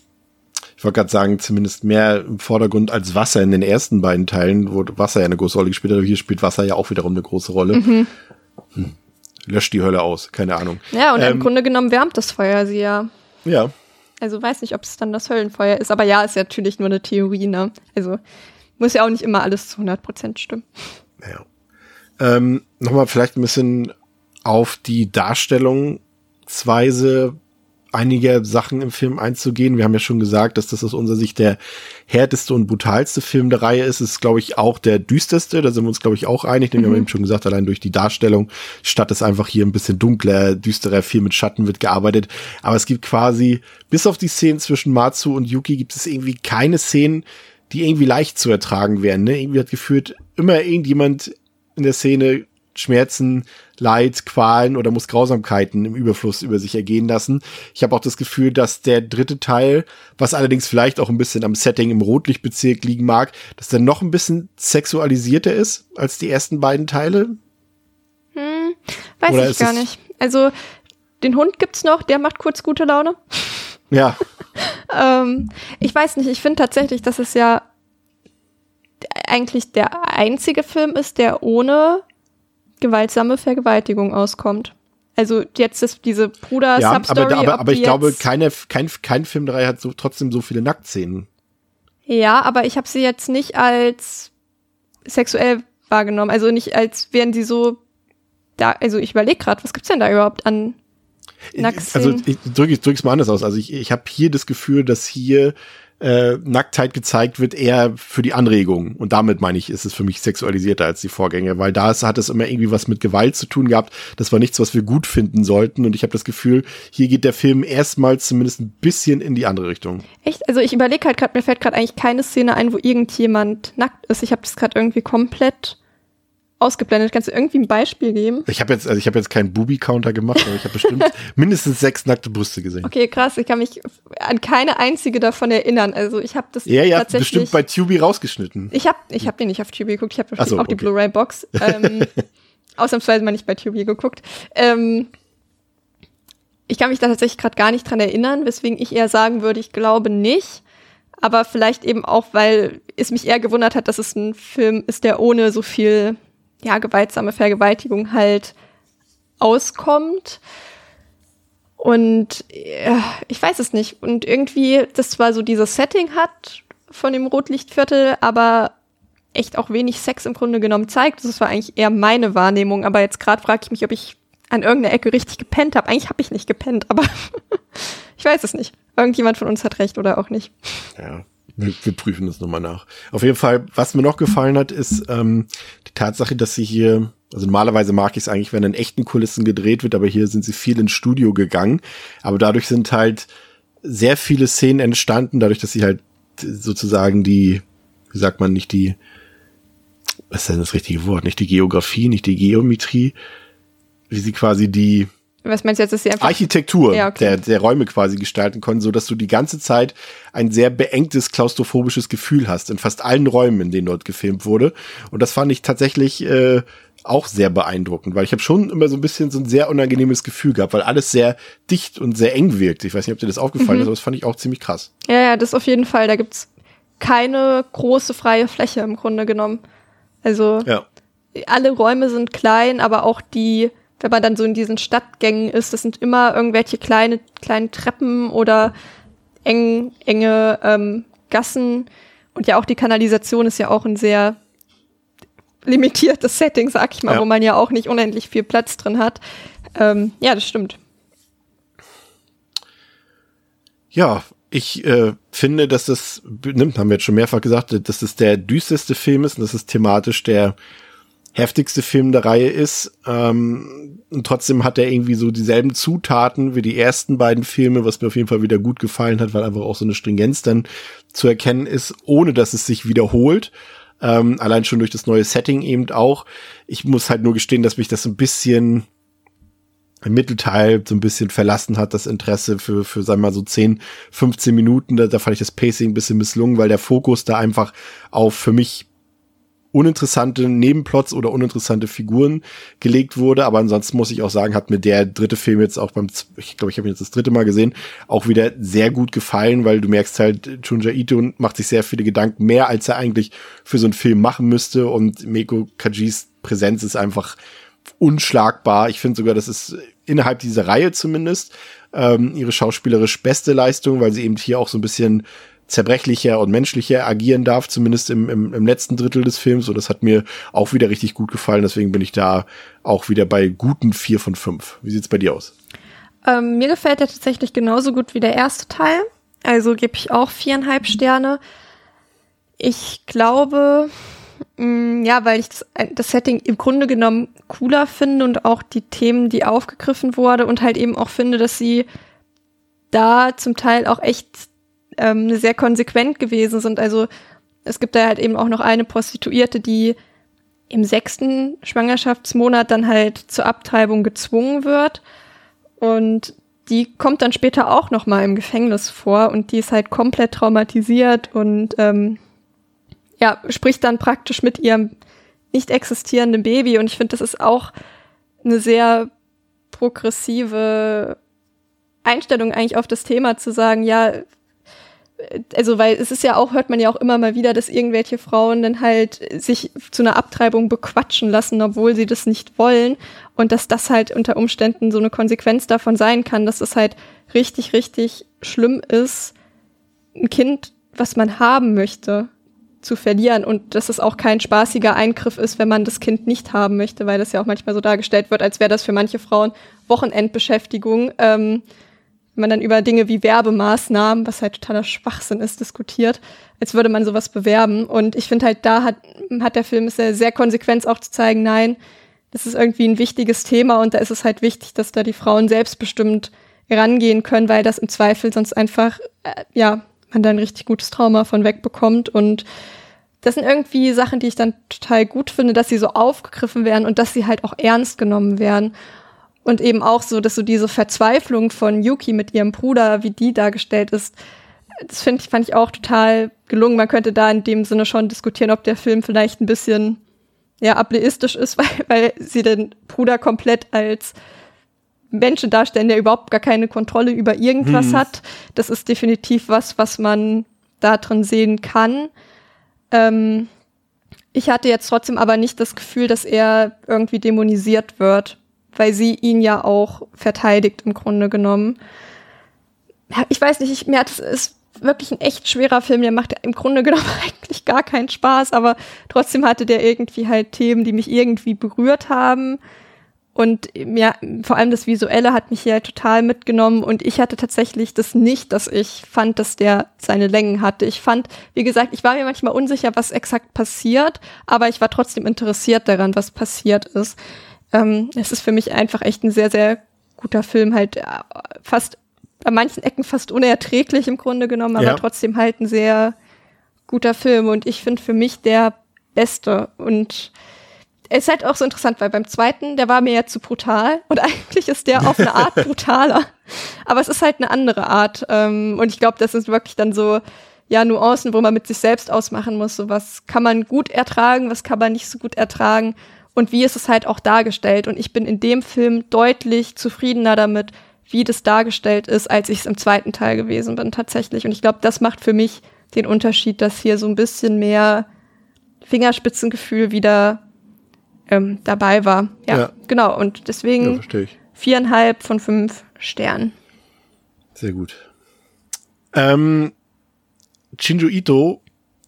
Speaker 4: Ich wollte gerade sagen, zumindest mehr im Vordergrund als Wasser in den ersten beiden Teilen, wo Wasser ja eine große Rolle gespielt hat. Aber hier spielt Wasser ja auch wiederum eine große Rolle. Mhm. Hm. löscht die Hölle aus, keine Ahnung.
Speaker 5: Ja, und
Speaker 4: ähm,
Speaker 5: im Grunde genommen wärmt das Feuer sie ja.
Speaker 4: Ja.
Speaker 5: Also weiß nicht, ob es dann das Höllenfeuer ist, aber ja, ist ja natürlich nur eine Theorie, ne? Also muss ja auch nicht immer alles zu hundert Prozent stimmen.
Speaker 4: Ja. Ähm, nochmal vielleicht ein bisschen auf die Darstellungsweise einiger Sachen im Film einzugehen. Wir haben ja schon gesagt, dass das aus unserer Sicht der härteste und brutalste Film der Reihe ist. Es ist, glaube ich, auch der düsterste. Da sind wir uns, glaube ich, auch einig. Denn mhm. wir haben eben schon gesagt, allein durch die Darstellung, statt es einfach hier ein bisschen dunkler, düsterer, viel mit Schatten wird gearbeitet. Aber es gibt quasi, bis auf die Szenen zwischen Matsu und Yuki, gibt es irgendwie keine Szenen, die irgendwie leicht zu ertragen wären. Ne? Irgendwie hat gefühlt immer irgendjemand in der Szene Schmerzen, Leid, Qualen oder muss Grausamkeiten im Überfluss über sich ergehen lassen. Ich habe auch das Gefühl, dass der dritte Teil, was allerdings vielleicht auch ein bisschen am Setting im Rotlichtbezirk liegen mag, dass der noch ein bisschen sexualisierter ist als die ersten beiden Teile.
Speaker 5: Hm, weiß
Speaker 4: oder
Speaker 5: ich gar nicht. Also den Hund gibt's noch, der macht kurz gute Laune.
Speaker 4: Ja.
Speaker 5: ähm, ich weiß nicht, ich finde tatsächlich, dass es ja eigentlich der einzige Film ist, der ohne gewaltsame Vergewaltigung auskommt. Also jetzt ist diese Bruder-Substory.
Speaker 4: Ja, aber, aber, aber ich glaube, keine, kein, kein Film der Reihe hat so, trotzdem so viele Nacktszenen.
Speaker 5: Ja, aber ich habe sie jetzt nicht als sexuell wahrgenommen. Also nicht als wären sie so da. Also ich überlege gerade, was gibt's denn da überhaupt an Nacktszenen?
Speaker 4: Also ich drücke ich drück's mal anders aus. Also ich, ich habe hier das Gefühl, dass hier Äh, Nacktheit gezeigt wird, eher für die Anregung. Und damit meine ich, ist es für mich sexualisierter als die Vorgänge, weil da ist, hat es immer irgendwie was mit Gewalt zu tun gehabt. Das war nichts, was wir gut finden sollten. Und ich habe das Gefühl, hier geht der Film erstmals zumindest ein bisschen in die andere Richtung.
Speaker 5: Echt? Also ich überlege halt gerade, mir fällt gerade eigentlich keine Szene ein, wo irgendjemand nackt ist. Ich habe das gerade irgendwie komplett ausgeblendet. Kannst du irgendwie ein Beispiel geben?
Speaker 4: Ich habe jetzt, also ich habe jetzt keinen Booby-Counter gemacht, aber ich habe bestimmt mindestens sechs nackte Brüste gesehen.
Speaker 5: Okay, krass. Ich kann mich an keine einzige davon erinnern. Also ich habe das
Speaker 4: ja, ja,
Speaker 5: tatsächlich
Speaker 4: bestimmt bei Tubi rausgeschnitten.
Speaker 5: Ich habe, ich habe den nicht auf Tubi geguckt. Ich habe
Speaker 4: so,
Speaker 5: auch die
Speaker 4: okay.
Speaker 5: Blu-ray-Box. Ähm, ausnahmsweise mal nicht bei Tubi geguckt. Ähm, ich kann mich da tatsächlich gerade gar nicht dran erinnern, weswegen ich eher sagen würde, ich glaube nicht. Aber vielleicht eben auch, weil es mich eher gewundert hat, dass es ein Film ist, der ohne so viel ja, gewaltsame Vergewaltigung halt auskommt. Und ja, ich weiß es nicht. Und irgendwie, das zwar so dieses Setting hat von dem Rotlichtviertel, aber echt auch wenig Sex im Grunde genommen zeigt. Das war eigentlich eher meine Wahrnehmung. Aber jetzt gerade frage ich mich, ob ich an irgendeiner Ecke richtig gepennt habe. Eigentlich habe ich nicht gepennt, aber ich weiß es nicht. Irgendjemand von uns hat recht oder auch nicht.
Speaker 4: Ja. Wir, wir prüfen das nochmal nach. Auf jeden Fall, was mir noch gefallen hat, ist ähm, die Tatsache, dass sie hier, also normalerweise mag ich es eigentlich, wenn in echten Kulissen gedreht wird, aber hier sind sie viel ins Studio gegangen. Aber dadurch sind halt sehr viele Szenen entstanden, dadurch, dass sie halt sozusagen die, wie sagt man, nicht die, was ist denn das richtige Wort, nicht die Geografie, nicht die Geometrie, wie sie quasi die
Speaker 5: Was meinst du jetzt, dass sie einfach
Speaker 4: Architektur
Speaker 5: ja, okay.
Speaker 4: der, der Räume quasi gestalten konnten, so dass du die ganze Zeit ein sehr beengtes, klaustrophobisches Gefühl hast in fast allen Räumen, in denen dort gefilmt wurde. Und das fand ich tatsächlich äh, auch sehr beeindruckend, weil ich habe schon immer so ein bisschen so ein sehr unangenehmes Gefühl gehabt, weil alles sehr dicht und sehr eng wirkt. Ich weiß nicht, ob dir das aufgefallen
Speaker 5: mhm.
Speaker 4: ist, aber das fand ich auch ziemlich krass.
Speaker 5: Ja, ja, das auf jeden Fall. Da gibt's keine große freie Fläche im Grunde genommen. Also
Speaker 4: ja.
Speaker 5: alle Räume sind klein, aber auch die, wenn man dann so in diesen Stadtgängen ist, das sind immer irgendwelche kleine, kleine Treppen oder eng, enge ähm, Gassen. Und ja, auch die Kanalisation ist ja auch ein sehr limitiertes Setting, sag ich mal, ja. wo man ja auch nicht unendlich viel Platz drin hat. Ähm, ja, das stimmt.
Speaker 4: Ja, ich äh, finde, dass das, nimmt, haben wir jetzt schon mehrfach gesagt, dass das der düsterste Film ist und dass es thematisch der heftigste Film der Reihe ist. Ähm, und trotzdem hat er irgendwie so dieselben Zutaten wie die ersten beiden Filme, was mir auf jeden Fall wieder gut gefallen hat, weil einfach auch so eine Stringenz dann zu erkennen ist, ohne dass es sich wiederholt. Ähm, allein schon durch das neue Setting eben auch. Ich muss halt nur gestehen, dass mich das ein bisschen im Mittelteil so ein bisschen verlassen hat, das Interesse für, für sagen wir mal so zehn, fünfzehn Minuten. Da, da fand ich das Pacing ein bisschen misslungen, weil der Fokus da einfach auf für mich uninteressante Nebenplots oder uninteressante Figuren gelegt wurde. Aber ansonsten muss ich auch sagen, hat mir der dritte Film jetzt auch beim, ich glaube, ich habe ihn jetzt das dritte Mal gesehen, auch wieder sehr gut gefallen, weil du merkst halt, Junji Ito macht sich sehr viele Gedanken, mehr als er eigentlich für so einen Film machen müsste. Und Meiko Kajis Präsenz ist einfach unschlagbar. Ich finde sogar, das ist innerhalb dieser Reihe zumindest ähm, ihre schauspielerisch beste Leistung, weil sie eben hier auch so ein bisschen zerbrechlicher und menschlicher agieren darf, zumindest im, im, im letzten Drittel des Films. Und das hat mir auch wieder richtig gut gefallen. Deswegen bin ich da auch wieder bei guten vier von fünf. Wie sieht's bei dir aus?
Speaker 5: Ähm, mir gefällt der tatsächlich genauso gut wie der erste Teil. Also gebe ich auch viereinhalb Sterne. Ich glaube, mh, ja, weil ich das, das Setting im Grunde genommen cooler finde und auch die Themen, die aufgegriffen wurde und halt eben auch finde, dass sie da zum Teil auch echt ähm, sehr konsequent gewesen sind. Also es gibt da halt eben auch noch eine Prostituierte, die im sechsten Schwangerschaftsmonat dann halt zur Abtreibung gezwungen wird. Und die kommt dann später auch noch mal im Gefängnis vor und die ist halt komplett traumatisiert und ähm, ja, spricht dann praktisch mit ihrem nicht existierenden Baby. Und ich finde, das ist auch eine sehr progressive Einstellung eigentlich auf das Thema, zu sagen, ja, also weil es ist ja auch, hört man ja auch immer mal wieder, dass irgendwelche Frauen dann halt sich zu einer Abtreibung bequatschen lassen, obwohl sie das nicht wollen, und dass das halt unter Umständen so eine Konsequenz davon sein kann, dass es halt richtig, richtig schlimm ist, ein Kind, was man haben möchte, zu verlieren, und dass es auch kein spaßiger Eingriff ist, wenn man das Kind nicht haben möchte, weil das ja auch manchmal so dargestellt wird, als wäre das für manche Frauen Wochenendbeschäftigung, ähm, wenn man dann über Dinge wie Werbemaßnahmen, was halt totaler Schwachsinn ist, diskutiert, als würde man sowas bewerben. Und ich finde halt, da hat, hat der Film es sehr, sehr konsequent auch zu zeigen, nein, das ist irgendwie ein wichtiges Thema und da ist es halt wichtig, dass da die Frauen selbstbestimmt rangehen können, weil das im Zweifel sonst einfach, äh, ja, man da ein richtig gutes Trauma von wegbekommt. Und das sind irgendwie Sachen, die ich dann total gut finde, dass sie so aufgegriffen werden und dass sie halt auch ernst genommen werden. Und eben auch so, dass so diese Verzweiflung von Yuki mit ihrem Bruder, wie die dargestellt ist, das finde ich, fand ich auch total gelungen. Man könnte da in dem Sinne schon diskutieren, ob der Film vielleicht ein bisschen, ja, ableistisch ist, weil, weil sie den Bruder komplett als Menschen darstellen, der überhaupt gar keine Kontrolle über irgendwas hm. hat. Das ist definitiv was, was man da drin sehen kann. Ähm, ich hatte jetzt trotzdem aber nicht das Gefühl, dass er irgendwie dämonisiert wird, weil sie ihn ja auch verteidigt im Grunde genommen. Ich weiß nicht, ich, mir hat es ist wirklich ein echt schwerer Film, der macht im Grunde genommen eigentlich gar keinen Spaß, aber trotzdem hatte der irgendwie halt Themen, die mich irgendwie berührt haben. Und ja, vor allem das Visuelle hat mich hier total mitgenommen, und ich hatte tatsächlich das nicht, dass ich fand, dass der seine Längen hatte. Ich fand, wie gesagt, ich war mir manchmal unsicher, was exakt passiert, aber ich war trotzdem interessiert daran, was passiert ist. Ähm, es ist für mich einfach echt ein sehr, sehr guter Film, halt äh, fast an manchen Ecken fast unerträglich im Grunde genommen, aber ja, trotzdem halt ein sehr guter Film, und ich finde für mich der beste. Und es ist halt auch so interessant, weil beim zweiten, der war mir ja zu brutal, und eigentlich ist der auf eine Art brutaler, aber es ist halt eine andere Art, ähm, und ich glaube, das sind wirklich dann so, ja, Nuancen, wo man mit sich selbst ausmachen muss, so was kann man gut ertragen, was kann man nicht so gut ertragen. Und wie ist es halt auch dargestellt? Und ich bin in dem Film deutlich zufriedener damit, wie das dargestellt ist, als ich es im zweiten Teil gewesen bin tatsächlich. Und ich glaube, das macht für mich den Unterschied, dass hier so ein bisschen mehr Fingerspitzengefühl wieder ähm, dabei war. Ja, ja, genau. Und deswegen ja, viereinhalb von fünf Sternen.
Speaker 4: Sehr gut. Ähm, Shinjo Ito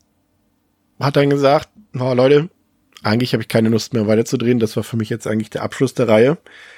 Speaker 4: hat dann gesagt, oh, Leute, eigentlich habe ich keine Lust mehr weiterzudrehen. Das war für mich jetzt eigentlich der Abschluss der Reihe.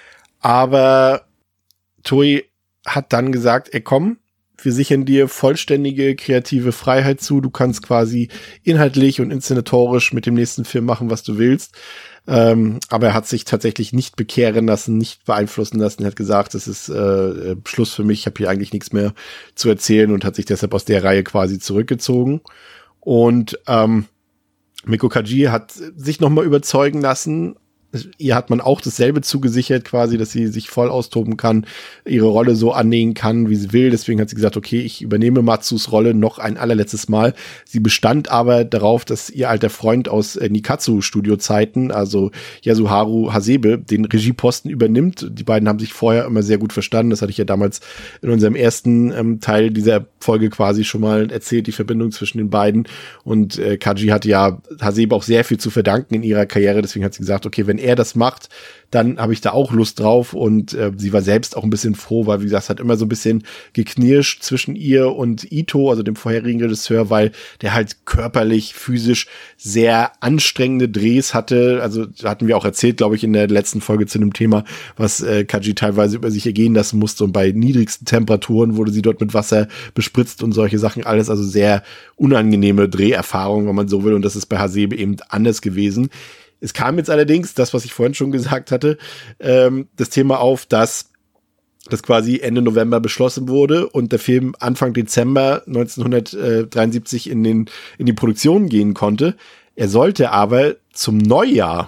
Speaker 4: Aber Toei hat dann gesagt, ey komm, wir sichern dir vollständige kreative Freiheit zu. Du kannst quasi inhaltlich und inszenatorisch mit dem nächsten Film machen, was du willst. Ähm, aber er hat sich tatsächlich nicht bekehren lassen, nicht beeinflussen lassen. Er hat gesagt, das ist äh, Schluss für mich. Ich habe hier eigentlich nichts mehr zu erzählen, und hat sich deshalb aus der Reihe quasi zurückgezogen. Und ähm, Miko Kaji hat sich nochmal überzeugen lassen. Ihr hat man auch dasselbe zugesichert quasi, dass sie sich voll austoben kann, ihre Rolle so annehmen kann, wie sie will. Deswegen hat sie gesagt, okay, ich übernehme Matsus Rolle noch ein allerletztes Mal. Sie bestand aber darauf, dass ihr alter Freund aus äh, Nikatsu-Studio-Zeiten, also Yasuharu Hasebe, den Regieposten übernimmt. Die beiden haben sich vorher immer sehr gut verstanden. Das hatte ich ja damals in unserem ersten ähm, Teil dieser Folge quasi schon mal erzählt, die Verbindung zwischen den beiden. Und äh, Kaji hat ja Hasebe auch sehr viel zu verdanken in ihrer Karriere. Deswegen hat sie gesagt, okay, wenn er das macht, dann habe ich da auch Lust drauf und äh, sie war selbst auch ein bisschen froh, weil, wie gesagt, es hat immer so ein bisschen geknirscht zwischen ihr und Ito, also dem vorherigen Regisseur, weil der halt körperlich, physisch sehr anstrengende Drehs hatte. Also hatten wir auch erzählt, glaube ich, in der letzten Folge zu dem Thema, was äh, Kaji teilweise über sich ergehen lassen musste und bei niedrigsten Temperaturen wurde sie dort mit Wasser bespritzt und solche Sachen, alles also sehr unangenehme Dreherfahrungen, wenn man so will, und das ist bei Hasebe eben anders gewesen. Es kam jetzt allerdings, das, was ich vorhin schon gesagt hatte, ähm, das Thema auf, dass das quasi Ende November beschlossen wurde und der Film Anfang Dezember neunzehnhundertdreiundsiebzig in den in die Produktion gehen konnte. Er sollte aber zum Neujahr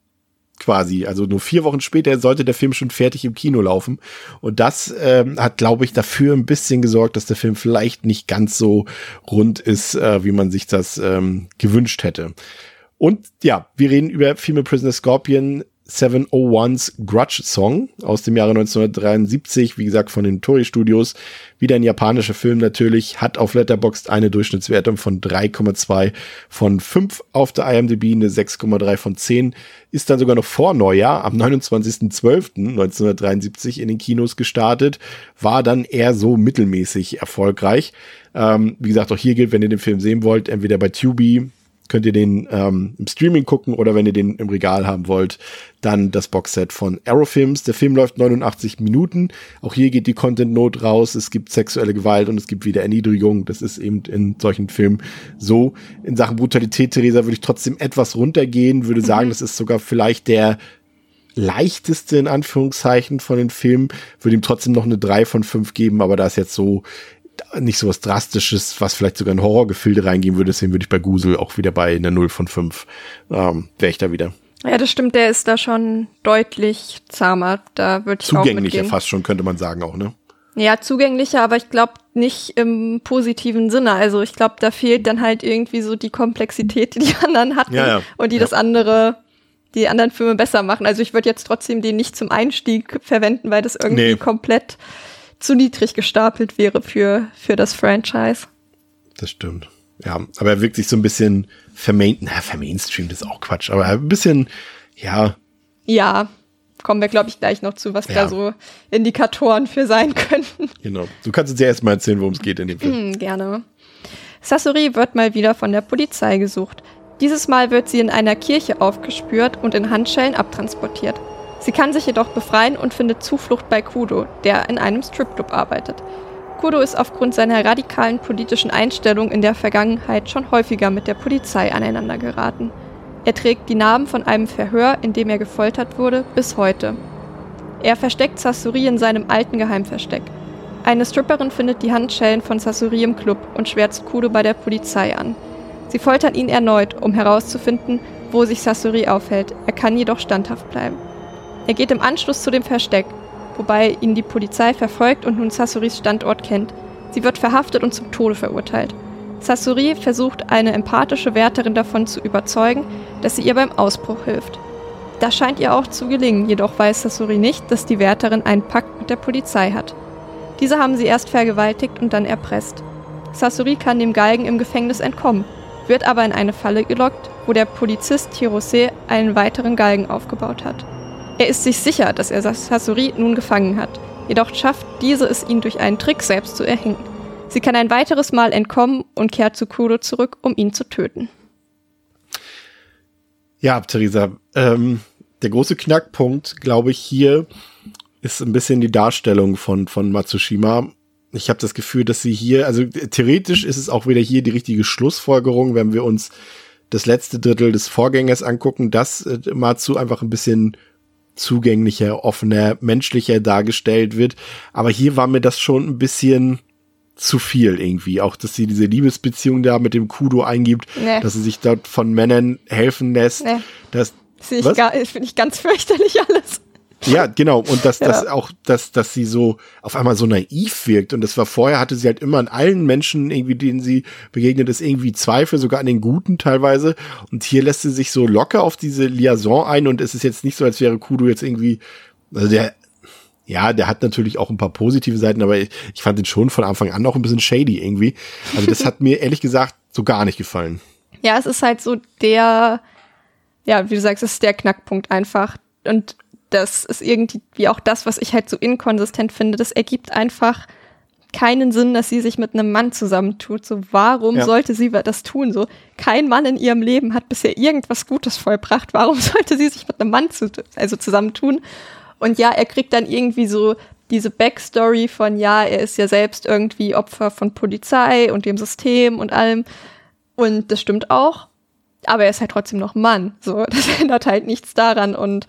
Speaker 4: quasi, also nur vier Wochen später, sollte der Film schon fertig im Kino laufen. Und das ähm, hat, glaube ich, dafür ein bisschen gesorgt, dass der Film vielleicht nicht ganz so rund ist, äh, wie man sich das ähm, gewünscht hätte. Und ja, wir reden über Female Prisoner Scorpion seven oh one's Grudge Song aus dem Jahre neunzehnhundertdreiundsiebzig, wie gesagt von den Toei Studios. Wieder ein japanischer Film natürlich, hat auf Letterboxd eine Durchschnittswertung von drei Komma zwei von fünf auf der I M D B, eine sechs Komma drei von zehn, ist dann sogar noch vor Neujahr, am neunundzwanzigsten zwölften neunzehnhundertdreiundsiebzig in den Kinos gestartet, war dann eher so mittelmäßig erfolgreich. Ähm, wie gesagt, auch hier gilt, wenn ihr den Film sehen wollt, entweder bei Tubi, könnt ihr den ähm, im Streaming gucken oder wenn ihr den im Regal haben wollt, dann das Boxset von Arrow Films. Der Film läuft neunundachtzig Minuten. Auch hier geht die Content-Note raus. Es gibt sexuelle Gewalt und es gibt wieder Erniedrigung. Das ist eben in solchen Filmen so. In Sachen Brutalität, Theresa, würde ich trotzdem etwas runtergehen. Würde sagen, das ist sogar vielleicht der leichteste, in Anführungszeichen, von den Filmen. Würde ihm trotzdem noch eine drei von fünf geben, aber da ist jetzt so nicht so was Drastisches, was vielleicht sogar in Horrorgefilde reingehen würde. Deswegen würde ich bei Gusel auch wieder bei einer null von fünf ähm, wäre ich da wieder.
Speaker 5: Ja, das stimmt, der ist da schon deutlich zahmer. Da würde ich auch mitgehen.
Speaker 4: Zugänglicher fast schon, könnte man sagen auch, ne?
Speaker 5: Ja, zugänglicher, aber ich glaube nicht im positiven Sinne. Also ich glaube, da fehlt dann halt irgendwie so die Komplexität, die die anderen hatten
Speaker 4: ja, ja.
Speaker 5: und die
Speaker 4: ja.
Speaker 5: das andere, die anderen Filme besser machen. Also ich würde jetzt trotzdem den nicht zum Einstieg verwenden, weil das irgendwie nee. komplett zu niedrig gestapelt wäre für, für das Franchise.
Speaker 4: Das stimmt. Ja, aber er wirkt sich so ein bisschen vermain, na, vermainstreamt ist auch Quatsch, aber ein bisschen, ja.
Speaker 5: Ja, kommen wir, glaube ich, gleich noch zu, was ja. da so Indikatoren für sein könnten.
Speaker 4: Genau. Du kannst uns ja erstmal erzählen, worum es geht in dem Film.
Speaker 5: Hm, gerne. Sasori wird mal wieder von der Polizei gesucht. Dieses Mal wird sie in einer Kirche aufgespürt und in Handschellen abtransportiert. Sie kann sich jedoch befreien und findet Zuflucht bei Kudo, der in einem Stripclub arbeitet. Kudo ist aufgrund seiner radikalen politischen Einstellung in der Vergangenheit schon häufiger mit der Polizei aneinander geraten. Er trägt die Narben von einem Verhör, in dem er gefoltert wurde, bis heute. Er versteckt Sasori in seinem alten Geheimversteck. Eine Stripperin findet die Handschellen von Sasori im Club und schwärzt Kudo bei der Polizei an. Sie foltern ihn erneut, um herauszufinden, wo sich Sasori aufhält. Er kann jedoch standhaft bleiben. Er geht im Anschluss zu dem Versteck, wobei ihn die Polizei verfolgt und nun Sasoris Standort kennt. Sie wird verhaftet und zum Tode verurteilt. Sasori versucht, eine empathische Wärterin davon zu überzeugen, dass sie ihr beim Ausbruch hilft. Das scheint ihr auch zu gelingen, jedoch weiß Sasori nicht, dass die Wärterin einen Pakt mit der Polizei hat. Diese haben sie erst vergewaltigt und dann erpresst. Sasori kann dem Galgen im Gefängnis entkommen, wird aber in eine Falle gelockt, wo der Polizist Hirose einen weiteren Galgen aufgebaut hat. Er ist sich sicher, dass er Sasori nun gefangen hat. Jedoch schafft diese es, ihn durch einen Trick selbst zu erhängen. Sie kann ein weiteres Mal entkommen und kehrt zu Kudo zurück, um ihn zu töten.
Speaker 4: Ja, Theresa, ähm, der große Knackpunkt, glaube ich, hier ist ein bisschen die Darstellung von, von Matsushima. Ich habe das Gefühl, dass sie hier, also theoretisch ist es auch wieder hier die richtige Schlussfolgerung, wenn wir uns das letzte Drittel des Vorgängers angucken, dass äh, Matsu einfach ein bisschen zugänglicher, offener, menschlicher dargestellt wird. Aber hier war mir das schon ein bisschen zu viel irgendwie. Auch, dass sie diese Liebesbeziehung da mit dem Kudo eingibt, nee. dass sie sich dort von Männern helfen lässt. Nee. Das
Speaker 5: finde ich, find ich ganz fürchterlich alles.
Speaker 4: Ja, genau. Und dass ja. das auch, dass, dass sie so auf einmal so naiv wirkt. Und das war vorher, hatte sie halt immer an allen Menschen irgendwie, denen sie begegnet ist, irgendwie Zweifel, sogar an den Guten teilweise. Und hier lässt sie sich so locker auf diese Liaison ein. Und es ist jetzt nicht so, als wäre Kudo jetzt irgendwie, also der, ja, der hat natürlich auch ein paar positive Seiten, aber ich, ich fand ihn schon von Anfang an auch ein bisschen shady irgendwie. Also das hat mir ehrlich gesagt so gar nicht gefallen.
Speaker 5: Ja, es ist halt so der ja, wie du sagst, es ist der Knackpunkt einfach. Und das ist irgendwie auch das, was ich halt so inkonsistent finde. Das ergibt einfach keinen Sinn, dass sie sich mit einem Mann zusammentut. So, warum ja. sollte sie das tun? So, kein Mann in ihrem Leben hat bisher irgendwas Gutes vollbracht. Warum sollte sie sich mit einem Mann zu, also zusammentun? Und ja, er kriegt dann irgendwie so diese Backstory von, ja, er ist ja selbst irgendwie Opfer von Polizei und dem System und allem. Und das stimmt auch. Aber er ist halt trotzdem noch ein Mann. So, das ändert halt nichts daran. Und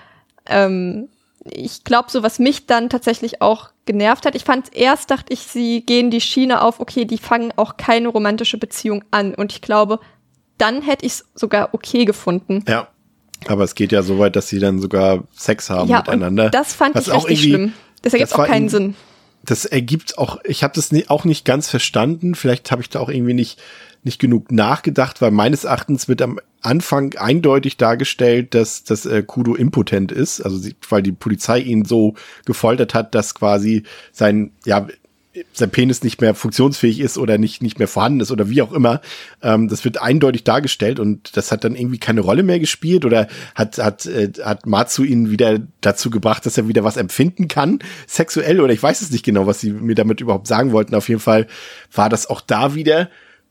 Speaker 5: ähm, ich glaube, so was mich dann tatsächlich auch genervt hat, ich fand erst, dachte ich, sie gehen die Schiene auf, okay, die fangen auch keine romantische Beziehung an. Und ich glaube, dann hätte ich es sogar okay gefunden.
Speaker 4: Ja, aber es geht ja so weit, dass sie dann sogar Sex haben ja, miteinander.
Speaker 5: Das fand ich richtig schlimm. Das ergibt das auch keinen Sinn.
Speaker 4: Das ergibt auch, ich habe das nie, auch nicht ganz verstanden. Vielleicht habe ich da auch irgendwie nicht nicht genug nachgedacht, weil meines Erachtens wird am Anfang eindeutig dargestellt, dass, dass äh, Kudo impotent ist, also sie, weil die Polizei ihn so gefoltert hat, dass quasi sein, ja, sein Penis nicht mehr funktionsfähig ist oder nicht nicht mehr vorhanden ist oder wie auch immer. Ähm, das wird eindeutig dargestellt und das hat dann irgendwie keine Rolle mehr gespielt oder hat hat äh, hat Matsu ihn wieder dazu gebracht, dass er wieder was empfinden kann, sexuell, oder ich weiß es nicht genau, was sie mir damit überhaupt sagen wollten. Auf jeden Fall war das auch da wieder.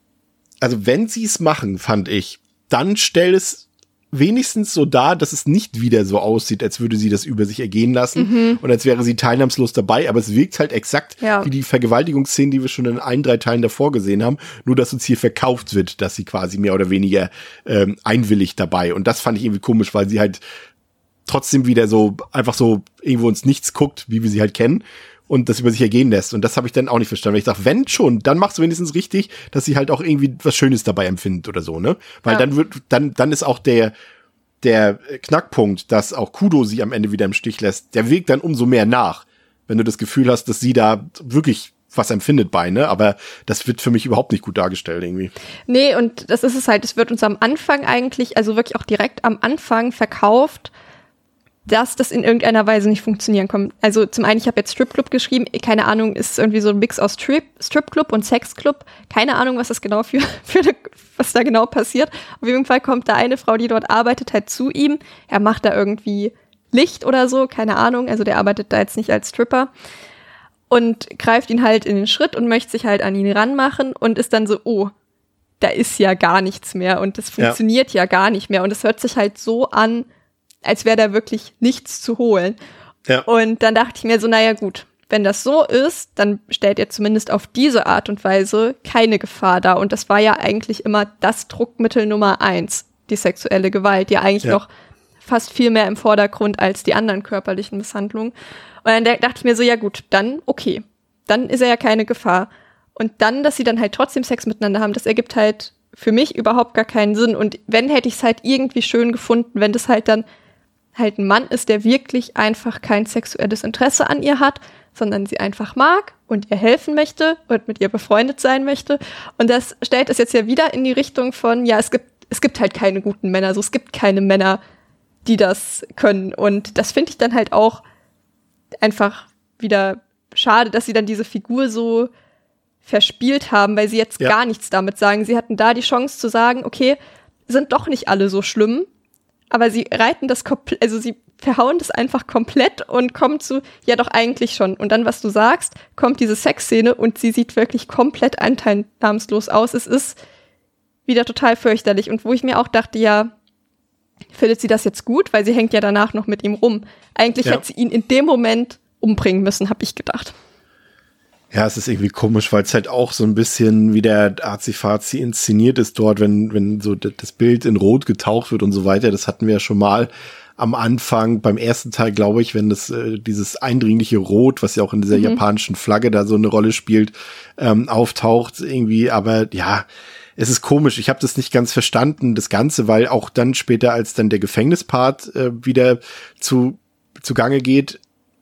Speaker 4: Also wenn sie es machen, fand ich, dann stellt es wenigstens so dar, dass es nicht wieder so aussieht, als würde sie das über sich ergehen lassen mhm. und als wäre sie teilnahmslos dabei, aber es wirkt halt exakt ja. wie die Vergewaltigungsszenen, die wir schon in ein, drei Teilen davor gesehen haben, nur dass uns hier verkauft wird, dass sie quasi mehr oder weniger ähm, einwilligt dabei, und das fand ich irgendwie komisch, weil sie halt trotzdem wieder so einfach so irgendwo ins Nichts guckt, wie wir sie halt kennen, und das über sich ergehen lässt. Und das habe ich dann auch nicht verstanden. Weil ich dachte, wenn schon, dann machst du wenigstens richtig, dass sie halt auch irgendwie was Schönes dabei empfindet oder so, ne? Weil ja. dann wird, dann, dann ist auch der, der Knackpunkt, dass auch Kudo sie am Ende wieder im Stich lässt, der wirkt dann umso mehr nach. Wenn du das Gefühl hast, dass sie da wirklich was empfindet bei, ne? Aber das wird für mich überhaupt nicht gut dargestellt irgendwie.
Speaker 5: Nee, und das ist es halt, es wird uns am Anfang eigentlich, also wirklich auch direkt am Anfang verkauft, dass das in irgendeiner Weise nicht funktionieren kann. Also zum einen, ich habe jetzt Stripclub geschrieben, keine Ahnung, ist irgendwie so ein Mix aus Strip, Stripclub und Sexclub. Keine Ahnung, was das genau für, für eine, was da genau passiert. Auf jeden Fall kommt da eine Frau, die dort arbeitet, halt zu ihm. Er macht da irgendwie Licht oder so, keine Ahnung. Also der arbeitet da jetzt nicht als Stripper. Und greift ihn halt in den Schritt und möchte sich halt an ihn ranmachen und ist dann so, oh, da ist ja gar nichts mehr und das funktioniert ja, ja gar nicht mehr. Und es hört sich halt so an, als wäre da wirklich nichts zu holen. Ja. Und dann dachte ich mir so, naja gut, wenn das so ist, dann stellt er zumindest auf diese Art und Weise keine Gefahr dar. Und das war ja eigentlich immer das Druckmittel Nummer eins, die sexuelle Gewalt, die eigentlich ja. noch fast viel mehr im Vordergrund als die anderen körperlichen Misshandlungen. Und dann dachte ich mir so, ja gut, dann okay, dann ist er ja keine Gefahr. Und dann, dass sie dann halt trotzdem Sex miteinander haben, das ergibt halt für mich überhaupt gar keinen Sinn. Und wenn, hätte ich es halt irgendwie schön gefunden, wenn das halt dann halt ein Mann ist, der wirklich einfach kein sexuelles Interesse an ihr hat, sondern sie einfach mag und ihr helfen möchte und mit ihr befreundet sein möchte. Und das stellt es jetzt ja wieder in die Richtung von, ja, es gibt, es gibt halt keine guten Männer, also es gibt keine Männer, die das können. Und das finde ich dann halt auch einfach wieder schade, dass sie dann diese Figur so verspielt haben, weil sie jetzt ja. gar nichts damit sagen. Sie hatten da die Chance zu sagen, okay, sind doch nicht alle so schlimm, aber sie reiten das komplett, also sie verhauen das einfach komplett und kommen zu, ja doch eigentlich schon. Und dann, was du sagst, kommt diese Sexszene und sie sieht wirklich komplett einteilnahmslos aus. Es ist wieder total fürchterlich. Und wo ich mir auch dachte, ja, findet sie das jetzt gut? Weil sie hängt ja danach noch mit ihm rum. Eigentlich ja. hätte sie ihn in dem Moment umbringen müssen, habe ich gedacht.
Speaker 4: Ja, es ist irgendwie komisch, weil es halt auch so ein bisschen wie der Azi-Fazi inszeniert ist dort, wenn wenn so das Bild in Rot getaucht wird und so weiter. Das hatten wir ja schon mal am Anfang, beim ersten Teil, glaube ich, wenn das äh, dieses eindringliche Rot, was ja auch in dieser mhm. japanischen Flagge da so eine Rolle spielt, ähm, auftaucht irgendwie. Aber ja, es ist komisch. Ich habe das nicht ganz verstanden, das Ganze, weil auch dann später, als dann der Gefängnispart äh, wieder zu zugange geht,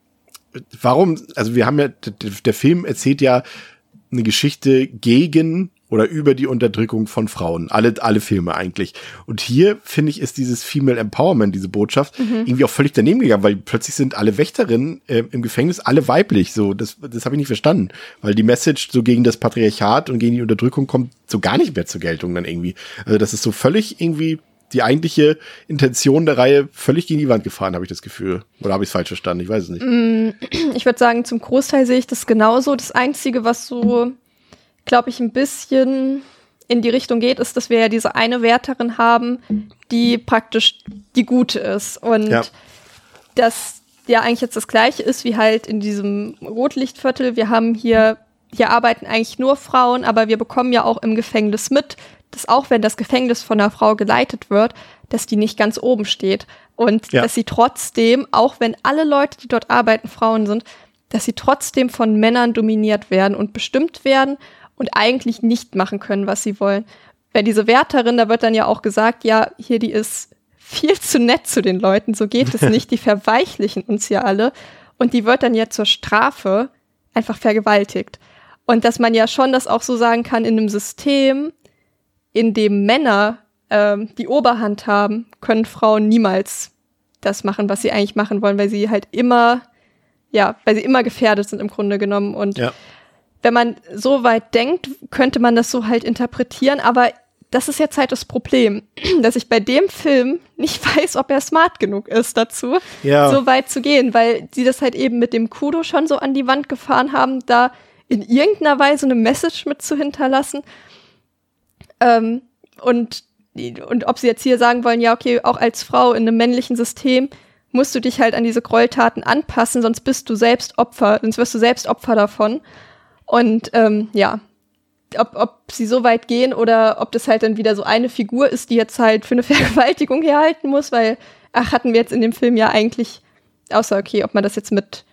Speaker 4: warum, also wir haben ja, der Film erzählt ja eine Geschichte gegen oder über die Unterdrückung von Frauen. Alle, alle Filme eigentlich. Und hier, finde ich, ist dieses Female Empowerment, diese Botschaft, mhm. irgendwie auch völlig daneben gegangen, weil plötzlich sind alle Wächterinnen äh, im Gefängnis alle weiblich. So, das, das habe ich nicht verstanden. Weil die Message so gegen das Patriarchat und gegen die Unterdrückung kommt so gar nicht mehr zur Geltung dann irgendwie. Also das ist so völlig irgendwie die eigentliche Intention der Reihe völlig gegen die Wand gefahren, habe ich das Gefühl. Oder habe ich es falsch verstanden? Ich weiß es nicht.
Speaker 5: Ich würde sagen, zum Großteil sehe ich das genauso. Das Einzige, was so, glaube ich, ein bisschen in die Richtung geht, ist, dass wir ja diese eine Wärterin haben, die praktisch die Gute ist. Und ja. das ja eigentlich jetzt das Gleiche ist, wie halt in diesem Rotlichtviertel. Wir haben hier, hier arbeiten eigentlich nur Frauen, aber wir bekommen ja auch im Gefängnis mit, dass auch wenn das Gefängnis von einer Frau geleitet wird, dass die nicht ganz oben steht. Und ja. dass sie trotzdem, auch wenn alle Leute, die dort arbeiten, Frauen sind, dass sie trotzdem von Männern dominiert werden und bestimmt werden und eigentlich nicht machen können, was sie wollen. Bei dieser Wärterin, da wird dann ja auch gesagt, ja, hier, die ist viel zu nett zu den Leuten, so geht es nicht, die verweichlichen uns ja alle. Und die wird dann ja zur Strafe einfach vergewaltigt. Und dass man ja schon das auch so sagen kann, in einem System, in dem Männer ähm, die Oberhand haben, können Frauen niemals das machen, was sie eigentlich machen wollen, weil sie halt immer, ja, weil sie immer gefährdet sind im Grunde genommen. Und ja. wenn man so weit denkt, könnte man das so halt interpretieren, aber das ist jetzt halt das Problem, dass ich bei dem Film nicht weiß, ob er smart genug ist dazu, ja. so weit zu gehen, weil sie das halt eben mit dem Kudo schon so an die Wand gefahren haben, da in irgendeiner Weise eine Message mit zu hinterlassen. Ähm, und, und ob sie jetzt hier sagen wollen, ja, okay, auch als Frau in einem männlichen System musst du dich halt an diese Gräueltaten anpassen, sonst bist du selbst Opfer, sonst wirst du selbst Opfer davon. Und ähm, ja, ob, ob sie so weit gehen oder ob das halt dann wieder so eine Figur ist, die jetzt halt für eine Vergewaltigung herhalten muss, weil, ach, hatten wir jetzt in dem Film ja eigentlich, außer, okay, ob man das jetzt mit,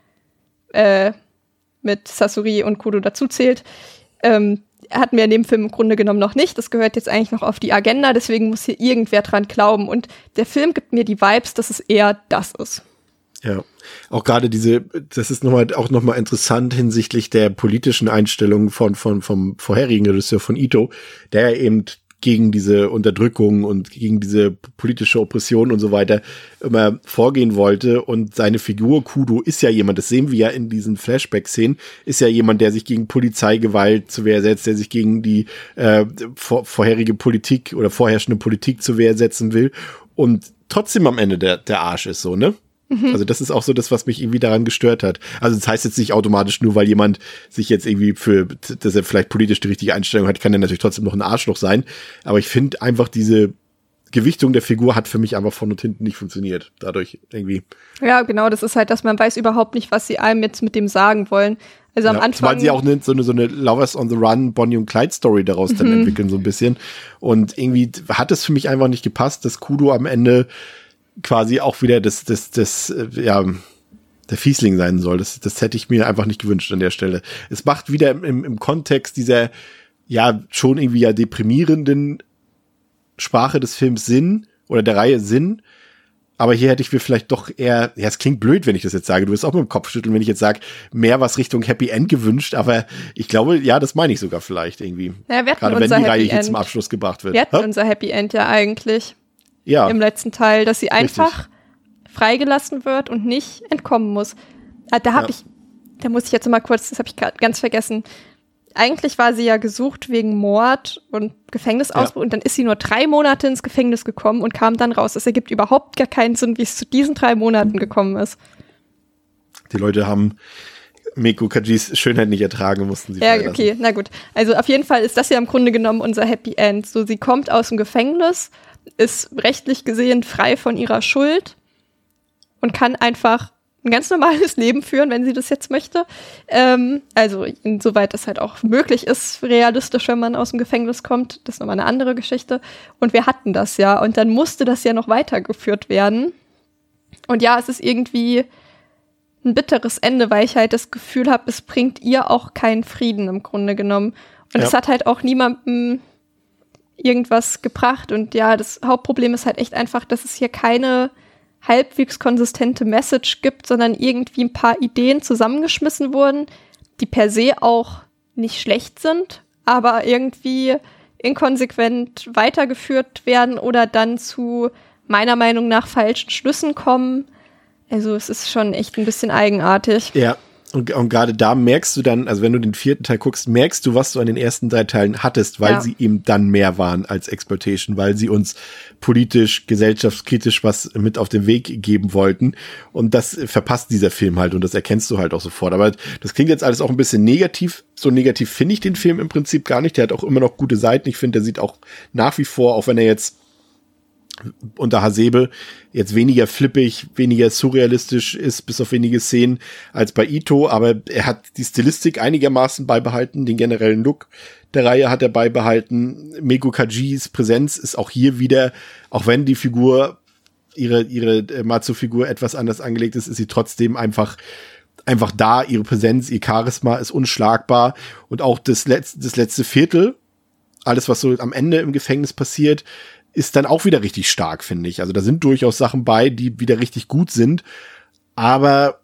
Speaker 5: äh, mit Sasori und Kudo dazu zählt, ähm, hatten wir in dem Film im Grunde genommen noch nicht. Das gehört jetzt eigentlich noch auf die Agenda, deswegen muss hier irgendwer dran glauben. Und der Film gibt mir die Vibes, dass es eher das ist.
Speaker 4: Ja, auch gerade diese, das ist nochmal, auch nochmal interessant hinsichtlich der politischen Einstellung von, von, vom vorherigen Regisseur von Ito, der eben gegen diese Unterdrückung und gegen diese politische Oppression und so weiter immer vorgehen wollte. Und seine Figur Kudo ist ja jemand, das sehen wir ja in diesen Flashback-Szenen, ist ja jemand, der sich gegen Polizeigewalt zur Wehr setzt, der sich gegen die äh, vor, vorherige Politik oder vorherrschende Politik zur Wehr setzen will und trotzdem am Ende der, der Arsch ist, so, ne? Also das ist auch so das, was mich irgendwie daran gestört hat. Also das heißt jetzt nicht automatisch nur, weil jemand sich jetzt irgendwie für, dass er vielleicht politisch die richtige Einstellung hat, kann er natürlich trotzdem noch ein Arschloch sein. Aber ich finde einfach, diese Gewichtung der Figur hat für mich einfach von und hinten nicht funktioniert. Dadurch irgendwie.
Speaker 5: Ja, genau, das ist halt, dass man weiß überhaupt nicht, was sie einem jetzt mit dem sagen wollen. Also am ja, Anfang.
Speaker 4: Weil sie auch ne, so eine so eine Lovers on the Run, Bonnie und Clyde Story daraus mhm. dann entwickeln, so ein bisschen. Und irgendwie hat es für mich einfach nicht gepasst, dass Kudo am Ende quasi auch wieder das, das, das, ja, der Fiesling sein soll. Das, das hätte ich mir einfach nicht gewünscht an der Stelle. Es macht wieder im, im Kontext dieser, ja, schon irgendwie ja deprimierenden Sprache des Films Sinn oder der Reihe Sinn. Aber hier hätte ich mir vielleicht doch eher, ja, es klingt blöd, wenn ich das jetzt sage. Du wirst auch mit dem Kopf schütteln, wenn ich jetzt sage, mehr was Richtung Happy End gewünscht. Aber ich glaube, ja, das meine ich sogar vielleicht irgendwie.
Speaker 5: Ja, wir hatten
Speaker 4: gerade wenn die
Speaker 5: Happy
Speaker 4: Reihe hier
Speaker 5: End.
Speaker 4: zum Abschluss gebracht wird.
Speaker 5: Wir hatten
Speaker 4: ha?
Speaker 5: unser Happy End ja eigentlich.
Speaker 4: Ja.
Speaker 5: Im letzten Teil, dass sie einfach
Speaker 4: Richtig.
Speaker 5: freigelassen wird und nicht entkommen muss. Ah, da habe ja. ich, da muss ich jetzt mal kurz, das habe ich gerade ganz vergessen. Eigentlich war sie ja gesucht wegen Mord und Gefängnisausbruch ja. und dann ist sie nur drei Monate ins Gefängnis gekommen und kam dann raus. Das ergibt überhaupt gar keinen Sinn, wie es zu diesen drei Monaten gekommen ist.
Speaker 4: Die Leute haben Meiko Kajis Schönheit nicht ertragen, mussten sie
Speaker 5: Ja,
Speaker 4: freilassen.
Speaker 5: Okay, na gut. Also auf jeden Fall ist das ja im Grunde genommen unser Happy End. So, sie kommt aus dem Gefängnis, ist rechtlich gesehen frei von ihrer Schuld und kann einfach ein ganz normales Leben führen, wenn sie das jetzt möchte. Ähm, also insoweit das halt auch möglich ist, realistisch, wenn man aus dem Gefängnis kommt. Das ist nochmal eine andere Geschichte. Und wir hatten das ja. Und dann musste das ja noch weitergeführt werden. Und ja, es ist irgendwie ein bitteres Ende, weil ich halt das Gefühl habe, es bringt ihr auch keinen Frieden im Grunde genommen. Und ja. es hat halt auch niemandem irgendwas gebracht. Und ja, das Hauptproblem ist halt echt einfach, dass es hier keine halbwegs konsistente Message gibt, sondern irgendwie ein paar Ideen zusammengeschmissen wurden, die per se auch nicht schlecht sind, aber irgendwie inkonsequent weitergeführt werden oder dann zu meiner Meinung nach falschen Schlüssen kommen. Also es ist schon echt ein bisschen eigenartig.
Speaker 4: Ja, Und, und gerade da merkst du dann, also wenn du den vierten Teil guckst, merkst du, was du an den ersten drei Teilen hattest, weil ja. sie eben dann mehr waren als Exploitation, weil sie uns politisch, gesellschaftskritisch was mit auf den Weg geben wollten. Und das verpasst dieser Film halt und das erkennst du halt auch sofort. Aber das klingt jetzt alles auch ein bisschen negativ. So negativ finde ich den Film im Prinzip gar nicht. Der hat auch immer noch gute Seiten. Ich finde, der sieht auch nach wie vor, auch wenn er jetzt unter Hasebe jetzt weniger flippig, weniger surrealistisch ist, bis auf wenige Szenen als bei Ito, aber er hat die Stilistik einigermaßen beibehalten, den generellen Look der Reihe hat er beibehalten. Meiko Kajis Präsenz ist auch hier wieder, auch wenn die Figur, ihre ihre Matsu-Figur etwas anders angelegt ist, ist sie trotzdem einfach einfach da, ihre Präsenz, ihr Charisma ist unschlagbar und auch das letzte, das letzte Viertel, alles was so am Ende im Gefängnis passiert, ist dann auch wieder richtig stark, finde ich. Also da sind durchaus Sachen bei, die wieder richtig gut sind, aber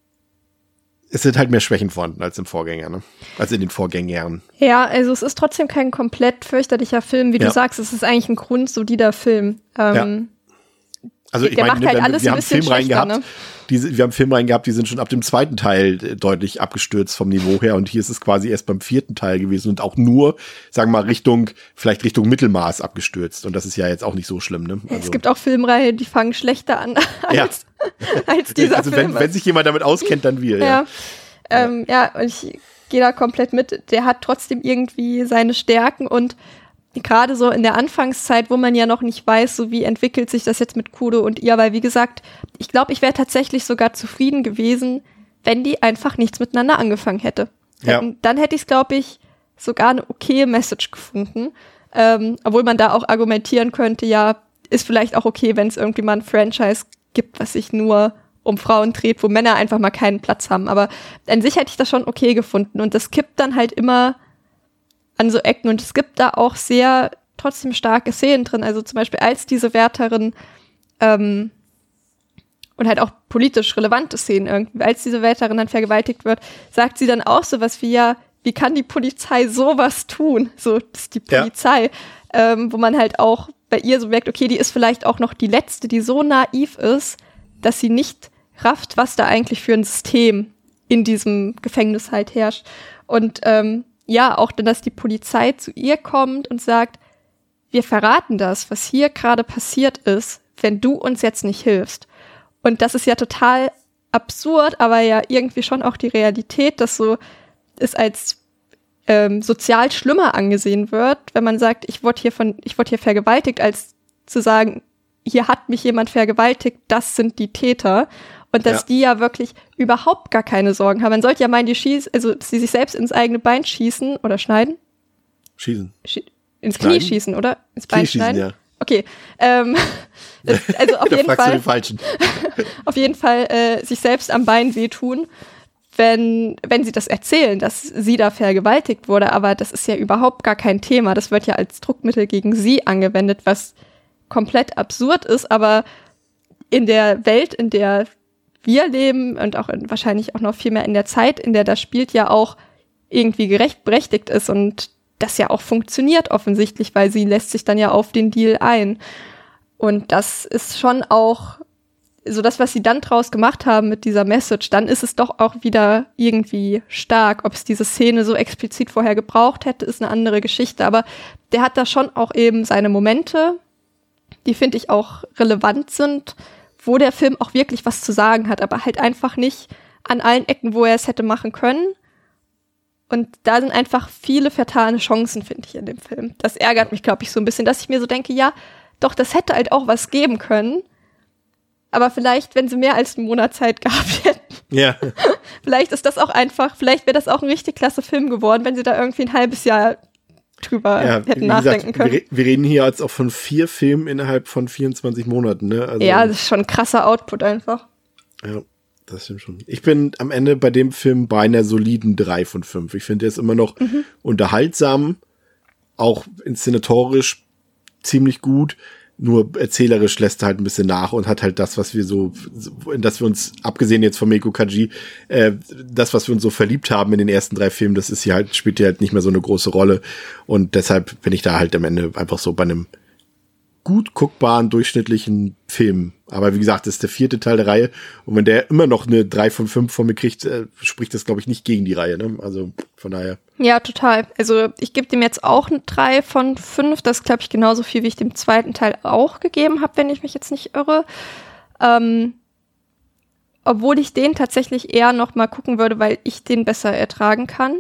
Speaker 4: es sind halt mehr Schwächen vorhanden als im Vorgänger, ne? Als in den Vorgängern.
Speaker 5: Ja, also es ist trotzdem kein komplett fürchterlicher Film, wie ja. du sagst, es ist eigentlich ein grundsolider Film. Ähm, ja.
Speaker 4: Also ich
Speaker 5: der
Speaker 4: meine,
Speaker 5: macht halt
Speaker 4: wir,
Speaker 5: alles
Speaker 4: wir
Speaker 5: ein
Speaker 4: haben
Speaker 5: bisschen
Speaker 4: Filmreihen gehabt,
Speaker 5: ne?
Speaker 4: die, wir haben Filmreihen gehabt, die sind schon ab dem zweiten Teil deutlich abgestürzt vom Niveau her und hier ist es quasi erst beim vierten Teil gewesen und auch nur, sagen wir mal, Richtung, vielleicht Richtung Mittelmaß abgestürzt und das ist ja jetzt auch nicht so schlimm, ne? Also,
Speaker 5: es gibt auch Filmreihen, die fangen schlechter an als,
Speaker 4: ja.
Speaker 5: als dieser
Speaker 4: also
Speaker 5: Film.
Speaker 4: wenn, wenn sich jemand damit auskennt, dann wir, ja.
Speaker 5: Ja, ähm, ja und ich gehe da komplett mit. Der hat trotzdem irgendwie seine Stärken und gerade so in der Anfangszeit, wo man ja noch nicht weiß, so wie entwickelt sich das jetzt mit Kudo und ihr, weil wie gesagt, ich glaube, ich wäre tatsächlich sogar zufrieden gewesen, wenn die einfach nichts miteinander angefangen hätte. Ja. Dann hätte ich es, glaube ich, sogar eine okaye Message gefunden, ähm, obwohl man da auch argumentieren könnte, ja, ist vielleicht auch okay, wenn es irgendwie mal ein Franchise gibt, was sich nur um Frauen dreht, wo Männer einfach mal keinen Platz haben, aber an sich hätte ich das schon okay gefunden und das kippt dann halt immer an so Ecken und es gibt da auch sehr trotzdem starke Szenen drin, also zum Beispiel als diese Wärterin ähm, und halt auch politisch relevante Szenen irgendwie, als diese Wärterin dann vergewaltigt wird, sagt sie dann auch sowas wie, ja, wie kann die Polizei sowas tun? So, das ist die Polizei, ja. ähm, wo man halt auch bei ihr so merkt, okay, die ist vielleicht auch noch die Letzte, die so naiv ist, dass sie nicht rafft, was da eigentlich für ein System in diesem Gefängnis halt herrscht. Und ähm, ja, auch dann, dass die Polizei zu ihr kommt und sagt, wir verraten das, was hier gerade passiert ist, wenn du uns jetzt nicht hilfst. Und das ist ja total absurd, aber ja irgendwie schon auch die Realität, dass so es als ähm, sozial schlimmer angesehen wird, wenn man sagt, ich wurde hier von, ich wurde hier vergewaltigt, als zu sagen, hier hat mich jemand vergewaltigt, das sind die Täter. Und dass ja. die ja wirklich überhaupt gar keine Sorgen haben. Man sollte ja meinen, die schießen, also sie sich selbst ins eigene Bein schießen oder schneiden.
Speaker 4: Schießen.
Speaker 5: Schie- ins Knie schneiden? schießen, oder? Ins Bein
Speaker 4: Knie
Speaker 5: schneiden?
Speaker 4: Schießen, ja.
Speaker 5: Okay. Ähm, das, also auf jeden Fall.
Speaker 4: Den Falschen.
Speaker 5: auf jeden Fall äh, sich selbst am Bein wehtun, wenn, wenn sie das erzählen, dass sie da vergewaltigt wurde. Aber das ist ja überhaupt gar kein Thema. Das wird ja als Druckmittel gegen sie angewendet, was komplett absurd ist. Aber in der Welt, in der wir leben und auch in, wahrscheinlich auch noch viel mehr in der Zeit, in der das spielt, ja auch irgendwie gerecht berechtigt ist und das ja auch funktioniert offensichtlich, weil sie lässt sich dann ja auf den Deal ein. Und das ist schon auch so das, was sie dann draus gemacht haben mit dieser Message, dann ist es doch auch wieder irgendwie stark. Ob es diese Szene so explizit vorher gebraucht hätte, ist eine andere Geschichte. Aber der hat da schon auch eben seine Momente, die finde ich auch relevant sind, wo der Film auch wirklich was zu sagen hat, aber halt einfach nicht an allen Ecken, wo er es hätte machen können. Und da sind einfach viele vertane Chancen, finde ich, in dem Film. Das ärgert mich, glaube ich, so ein bisschen, dass ich mir so denke, ja, doch, das hätte halt auch was geben können. Aber vielleicht, wenn sie mehr als einen Monat Zeit gehabt hätten.
Speaker 4: Ja.
Speaker 5: Vielleicht ist das auch einfach, vielleicht wäre das auch ein richtig klasse Film geworden, wenn sie da irgendwie ein halbes Jahr drüber ja, hätten nachdenken
Speaker 4: gesagt,
Speaker 5: können.
Speaker 4: Wir, wir reden hier jetzt auch von vier Filmen innerhalb von vierundzwanzig Monaten, ne? Also,
Speaker 5: ja, das ist schon ein krasser Output einfach.
Speaker 4: Ja, das stimmt schon. Ich bin am Ende bei dem Film bei einer soliden drei von fünf. Ich finde, der ist immer noch mhm. unterhaltsam, auch inszenatorisch ziemlich gut, nur erzählerisch lässt er halt ein bisschen nach und hat halt das, was wir so, in das wir uns, abgesehen jetzt von Meiko Kaji, äh, das, was wir uns so verliebt haben in den ersten drei Filmen, das ist hier halt, spielt hier halt nicht mehr so eine große Rolle und deshalb bin ich da halt am Ende einfach so bei einem gut guckbaren, durchschnittlichen Film. Aber wie gesagt, das ist der vierte Teil der Reihe. Und wenn der immer noch eine drei von fünf von mir kriegt, äh, spricht das, glaube ich, nicht gegen die Reihe. Ne? Also von daher.
Speaker 5: Ja, total. Also ich gebe dem jetzt auch eine drei von fünf. Das ist, glaube ich, genauso viel, wie ich dem zweiten Teil auch gegeben habe, wenn ich mich jetzt nicht irre. Ähm, obwohl ich den tatsächlich eher noch mal gucken würde, weil ich den besser ertragen kann.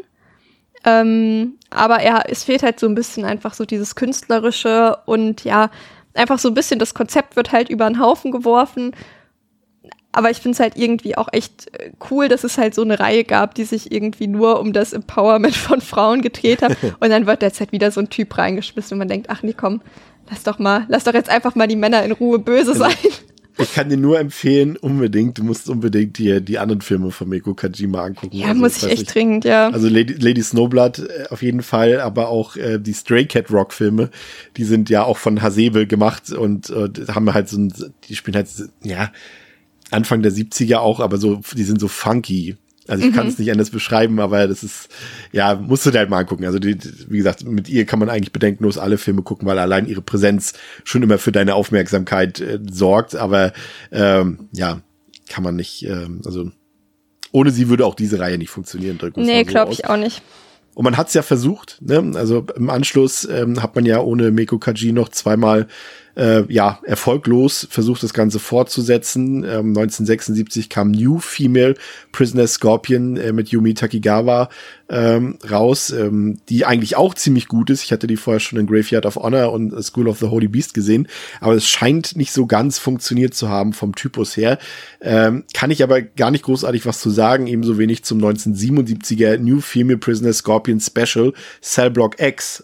Speaker 5: Ähm, aber er, es fehlt halt so ein bisschen einfach so dieses Künstlerische und ja, einfach so ein bisschen das Konzept wird halt über den Haufen geworfen. Aber ich finde es halt irgendwie auch echt cool, dass es halt so eine Reihe gab, die sich irgendwie nur um das Empowerment von Frauen gedreht hat. Und dann wird jetzt halt wieder so ein Typ reingeschmissen und man denkt, ach nee, komm, lass doch mal, lass doch jetzt einfach mal die Männer in Ruhe böse sein.
Speaker 4: Ich kann dir nur empfehlen, unbedingt, du musst unbedingt die, die anderen Filme von Meiko Kajima angucken.
Speaker 5: Ja,
Speaker 4: also,
Speaker 5: muss ich echt
Speaker 4: ich,
Speaker 5: dringend, ja.
Speaker 4: Also Lady, Lady Snowblood äh, auf jeden Fall, aber auch äh, die Stray Cat Rock Filme, die sind ja auch von Hasebe gemacht und äh, haben halt so ein, die spielen halt, ja, Anfang der siebziger auch, aber so, die sind so funky. Also ich mhm. kann es nicht anders beschreiben, aber das ist, ja, musst du dir halt mal angucken. Also die, wie gesagt, mit ihr kann man eigentlich bedenkenlos alle Filme gucken, weil allein ihre Präsenz schon immer für deine Aufmerksamkeit äh, sorgt. Aber ähm, ja, kann man nicht, ähm, also ohne sie würde auch diese Reihe nicht funktionieren.
Speaker 5: Nee, so glaube ich auch nicht.
Speaker 4: Und man hat es ja versucht, ne? Also im Anschluss ähm, hat man ja ohne Meiko Kaji noch zweimal äh, ja erfolglos versucht, das Ganze fortzusetzen. Ähm, neunzehnhundertsechsundsiebzig kam New Female Prisoner Scorpion äh, mit Yumi Takigawa ähm, raus, ähm, die eigentlich auch ziemlich gut ist. Ich hatte die vorher schon in Graveyard of Honor und School of the Holy Beast gesehen, aber es scheint nicht so ganz funktioniert zu haben vom Typus her. Ähm, kann ich aber gar nicht großartig was zu sagen, ebenso wenig zum neunzehnhundertsiebenundsiebziger New Female Prisoner Scorpion Special Cell Block X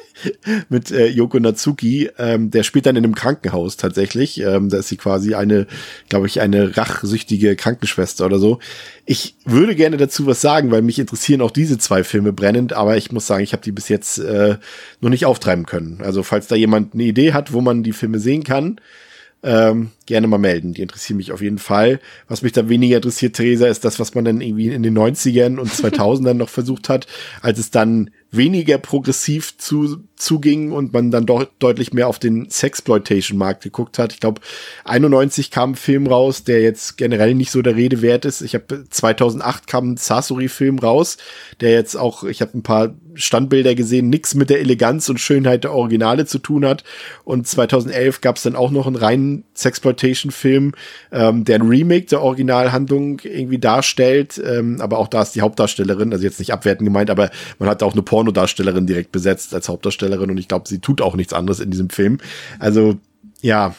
Speaker 4: mit äh, Yoko Natsuki. Ähm, der spielt dann in einem Krankenhaus tatsächlich. Ähm, da ist sie quasi eine, glaube ich, eine rachsüchtige Krankenschwester oder so. Ich würde gerne dazu was sagen, weil mich interessieren auch diese zwei Filme brennend, aber ich muss sagen, ich habe die bis jetzt äh, noch nicht auftreiben können. Also falls da jemand eine Idee hat, wo man die Filme sehen kann, ähm, gerne mal melden. Die interessieren mich auf jeden Fall. Was mich da weniger interessiert, Theresa, ist das, was man dann irgendwie in den neunzigern und zweitausendern noch versucht hat, als es dann weniger progressiv zu, zuging und man dann doch deutlich mehr auf den Sexploitation-Markt geguckt hat. Ich glaube, einundneunzig kam ein Film raus, der jetzt generell nicht so der Rede wert ist. Ich habe zweitausendacht kam ein Sasori-Film raus, der jetzt auch, ich habe ein paar Standbilder gesehen, nichts mit der Eleganz und Schönheit der Originale zu tun hat. Und zweitausendelf gab es dann auch noch einen reinen Sexploitation-Film, ähm, der ein Remake der Originalhandlung irgendwie darstellt. Ähm, aber auch da ist die Hauptdarstellerin, also jetzt nicht abwertend gemeint, aber man hat auch eine Pornodarstellerin direkt besetzt als Hauptdarstellerin und ich glaube, sie tut auch nichts anderes in diesem Film. Also, ja.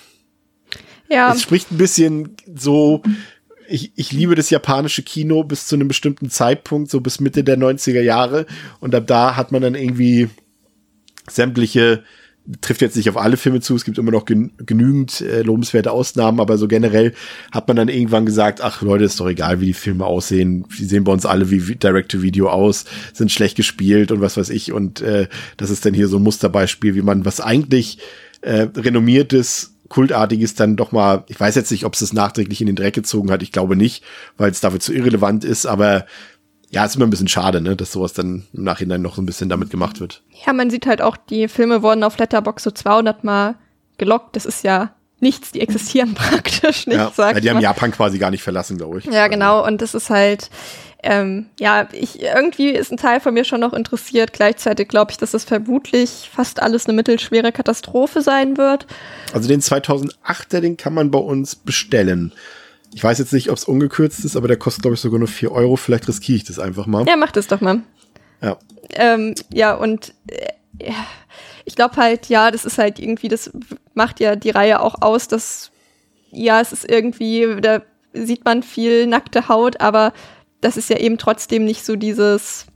Speaker 4: Ja. Es spricht ein bisschen so, ich, ich liebe das japanische Kino bis zu einem bestimmten Zeitpunkt, so bis Mitte der neunziger Jahre und ab da hat man dann irgendwie sämtliche, trifft jetzt nicht auf alle Filme zu, es gibt immer noch gen- genügend äh, lobenswerte Ausnahmen, aber so generell hat man dann irgendwann gesagt, ach Leute, ist doch egal, wie die Filme aussehen, die sehen bei uns alle wie Direct-to-Video aus, sind schlecht gespielt und was weiß ich und äh, das ist dann hier so ein Musterbeispiel, wie man was eigentlich äh, renommiertes, kultartiges dann doch mal, ich weiß jetzt nicht, ob es das nachträglich in den Dreck gezogen hat, ich glaube nicht, weil es dafür zu irrelevant ist, aber ja, ist immer ein bisschen schade, ne, dass sowas dann im Nachhinein noch so ein bisschen damit gemacht wird.
Speaker 5: Ja, man sieht halt auch, die Filme wurden auf Letterboxd so zweihundert Mal gelockt. Das ist ja nichts, die existieren praktisch nicht,
Speaker 4: ja,
Speaker 5: sagt
Speaker 4: ja, die
Speaker 5: man.
Speaker 4: haben Japan quasi gar nicht verlassen, glaube ich.
Speaker 5: Ja, genau. Und das ist halt, ähm, ja, ich, irgendwie ist ein Teil von mir schon noch interessiert. Gleichzeitig glaube ich, dass das vermutlich fast alles eine mittelschwere Katastrophe sein wird.
Speaker 4: Also den zweitausendachter, den kann man bei uns bestellen. Ich weiß jetzt nicht, ob es ungekürzt ist, aber der kostet, glaube ich, sogar nur vier Euro. Vielleicht riskiere ich das einfach mal.
Speaker 5: Ja, mach das doch mal.
Speaker 4: Ja.
Speaker 5: Ähm, ja, und äh, ja, ich glaube halt, ja, das ist halt irgendwie, das macht ja die Reihe auch aus, dass, ja, es ist irgendwie, da sieht man viel nackte Haut, aber das ist ja eben trotzdem nicht so dieses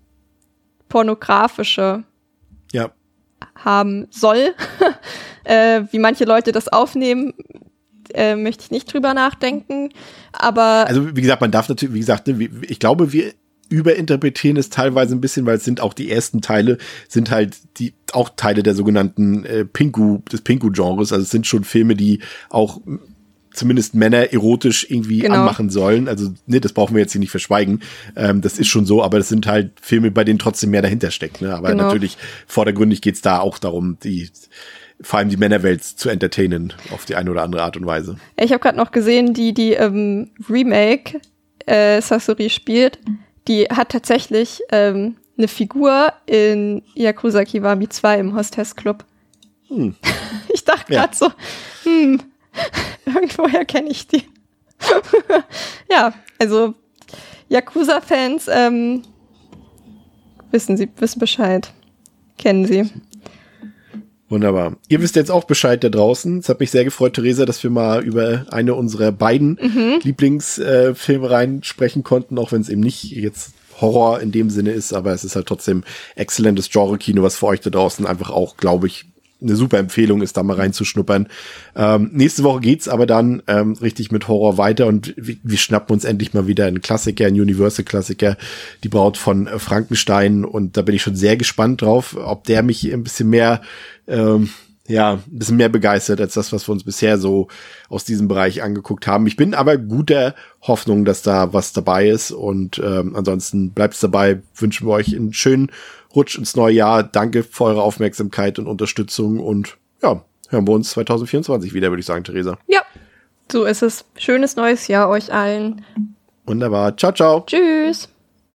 Speaker 5: pornografische
Speaker 4: ja.
Speaker 5: haben soll, äh, wie manche Leute das aufnehmen. Äh, möchte ich nicht drüber nachdenken, aber
Speaker 4: also wie gesagt, man darf natürlich, wie gesagt, ne, ich glaube, wir überinterpretieren es teilweise ein bisschen, weil es sind auch die ersten Teile, sind halt die auch Teile der sogenannten äh, Pinku, des Pinku-Genres, also es sind schon Filme, die auch zumindest Männer erotisch irgendwie genau. anmachen sollen, also ne, das brauchen wir jetzt hier nicht verschweigen, ähm, das ist schon so, aber das sind halt Filme, bei denen trotzdem mehr dahinter steckt, ne? Aber genau. natürlich vordergründig geht's da auch darum, die vor allem die Männerwelt zu entertainen auf die eine oder andere Art und Weise.
Speaker 5: Ich habe gerade noch gesehen, die die ähm, Remake äh, Sasori spielt, die hat tatsächlich ähm, eine Figur in Yakuza Kiwami zwei im Hostess Club.
Speaker 4: Hm.
Speaker 5: Ich dachte gerade
Speaker 4: Ja.
Speaker 5: so, hm, irgendwoher kenne ich die. Ja, also Yakuza-Fans ähm, wissen sie, wissen Bescheid. Kennen sie.
Speaker 4: Wunderbar. Ihr wisst jetzt auch Bescheid da draußen. Es hat mich sehr gefreut, Theresa, dass wir mal über eine unserer beiden
Speaker 5: Mhm.
Speaker 4: Lieblingsfilmreihen sprechen konnten, auch wenn es eben nicht jetzt Horror in dem Sinne ist, aber es ist halt trotzdem exzellentes Genre-Kino, was für euch da draußen einfach auch, glaube ich, eine super Empfehlung ist, da mal reinzuschnuppern. Ähm, nächste Woche geht's aber dann ähm, richtig mit Horror weiter und wir, wir schnappen uns endlich mal wieder einen Klassiker, einen Universal-Klassiker, Die Braut von äh, Frankenstein, und da bin ich schon sehr gespannt drauf, ob der mich ein bisschen mehr ähm, ja, ein bisschen mehr begeistert als das, was wir uns bisher so aus diesem Bereich angeguckt haben. Ich bin aber guter Hoffnung, dass da was dabei ist, und ähm, ansonsten bleibt's dabei. Wünschen wir euch einen schönen Rutsch ins neue Jahr. Danke für eure Aufmerksamkeit und Unterstützung, und ja, hören wir uns zwanzig vierundzwanzig wieder, würde ich sagen, Theresa.
Speaker 5: Ja, so ist es. Schönes neues Jahr euch allen.
Speaker 4: Wunderbar. Ciao, ciao.
Speaker 5: Tschüss.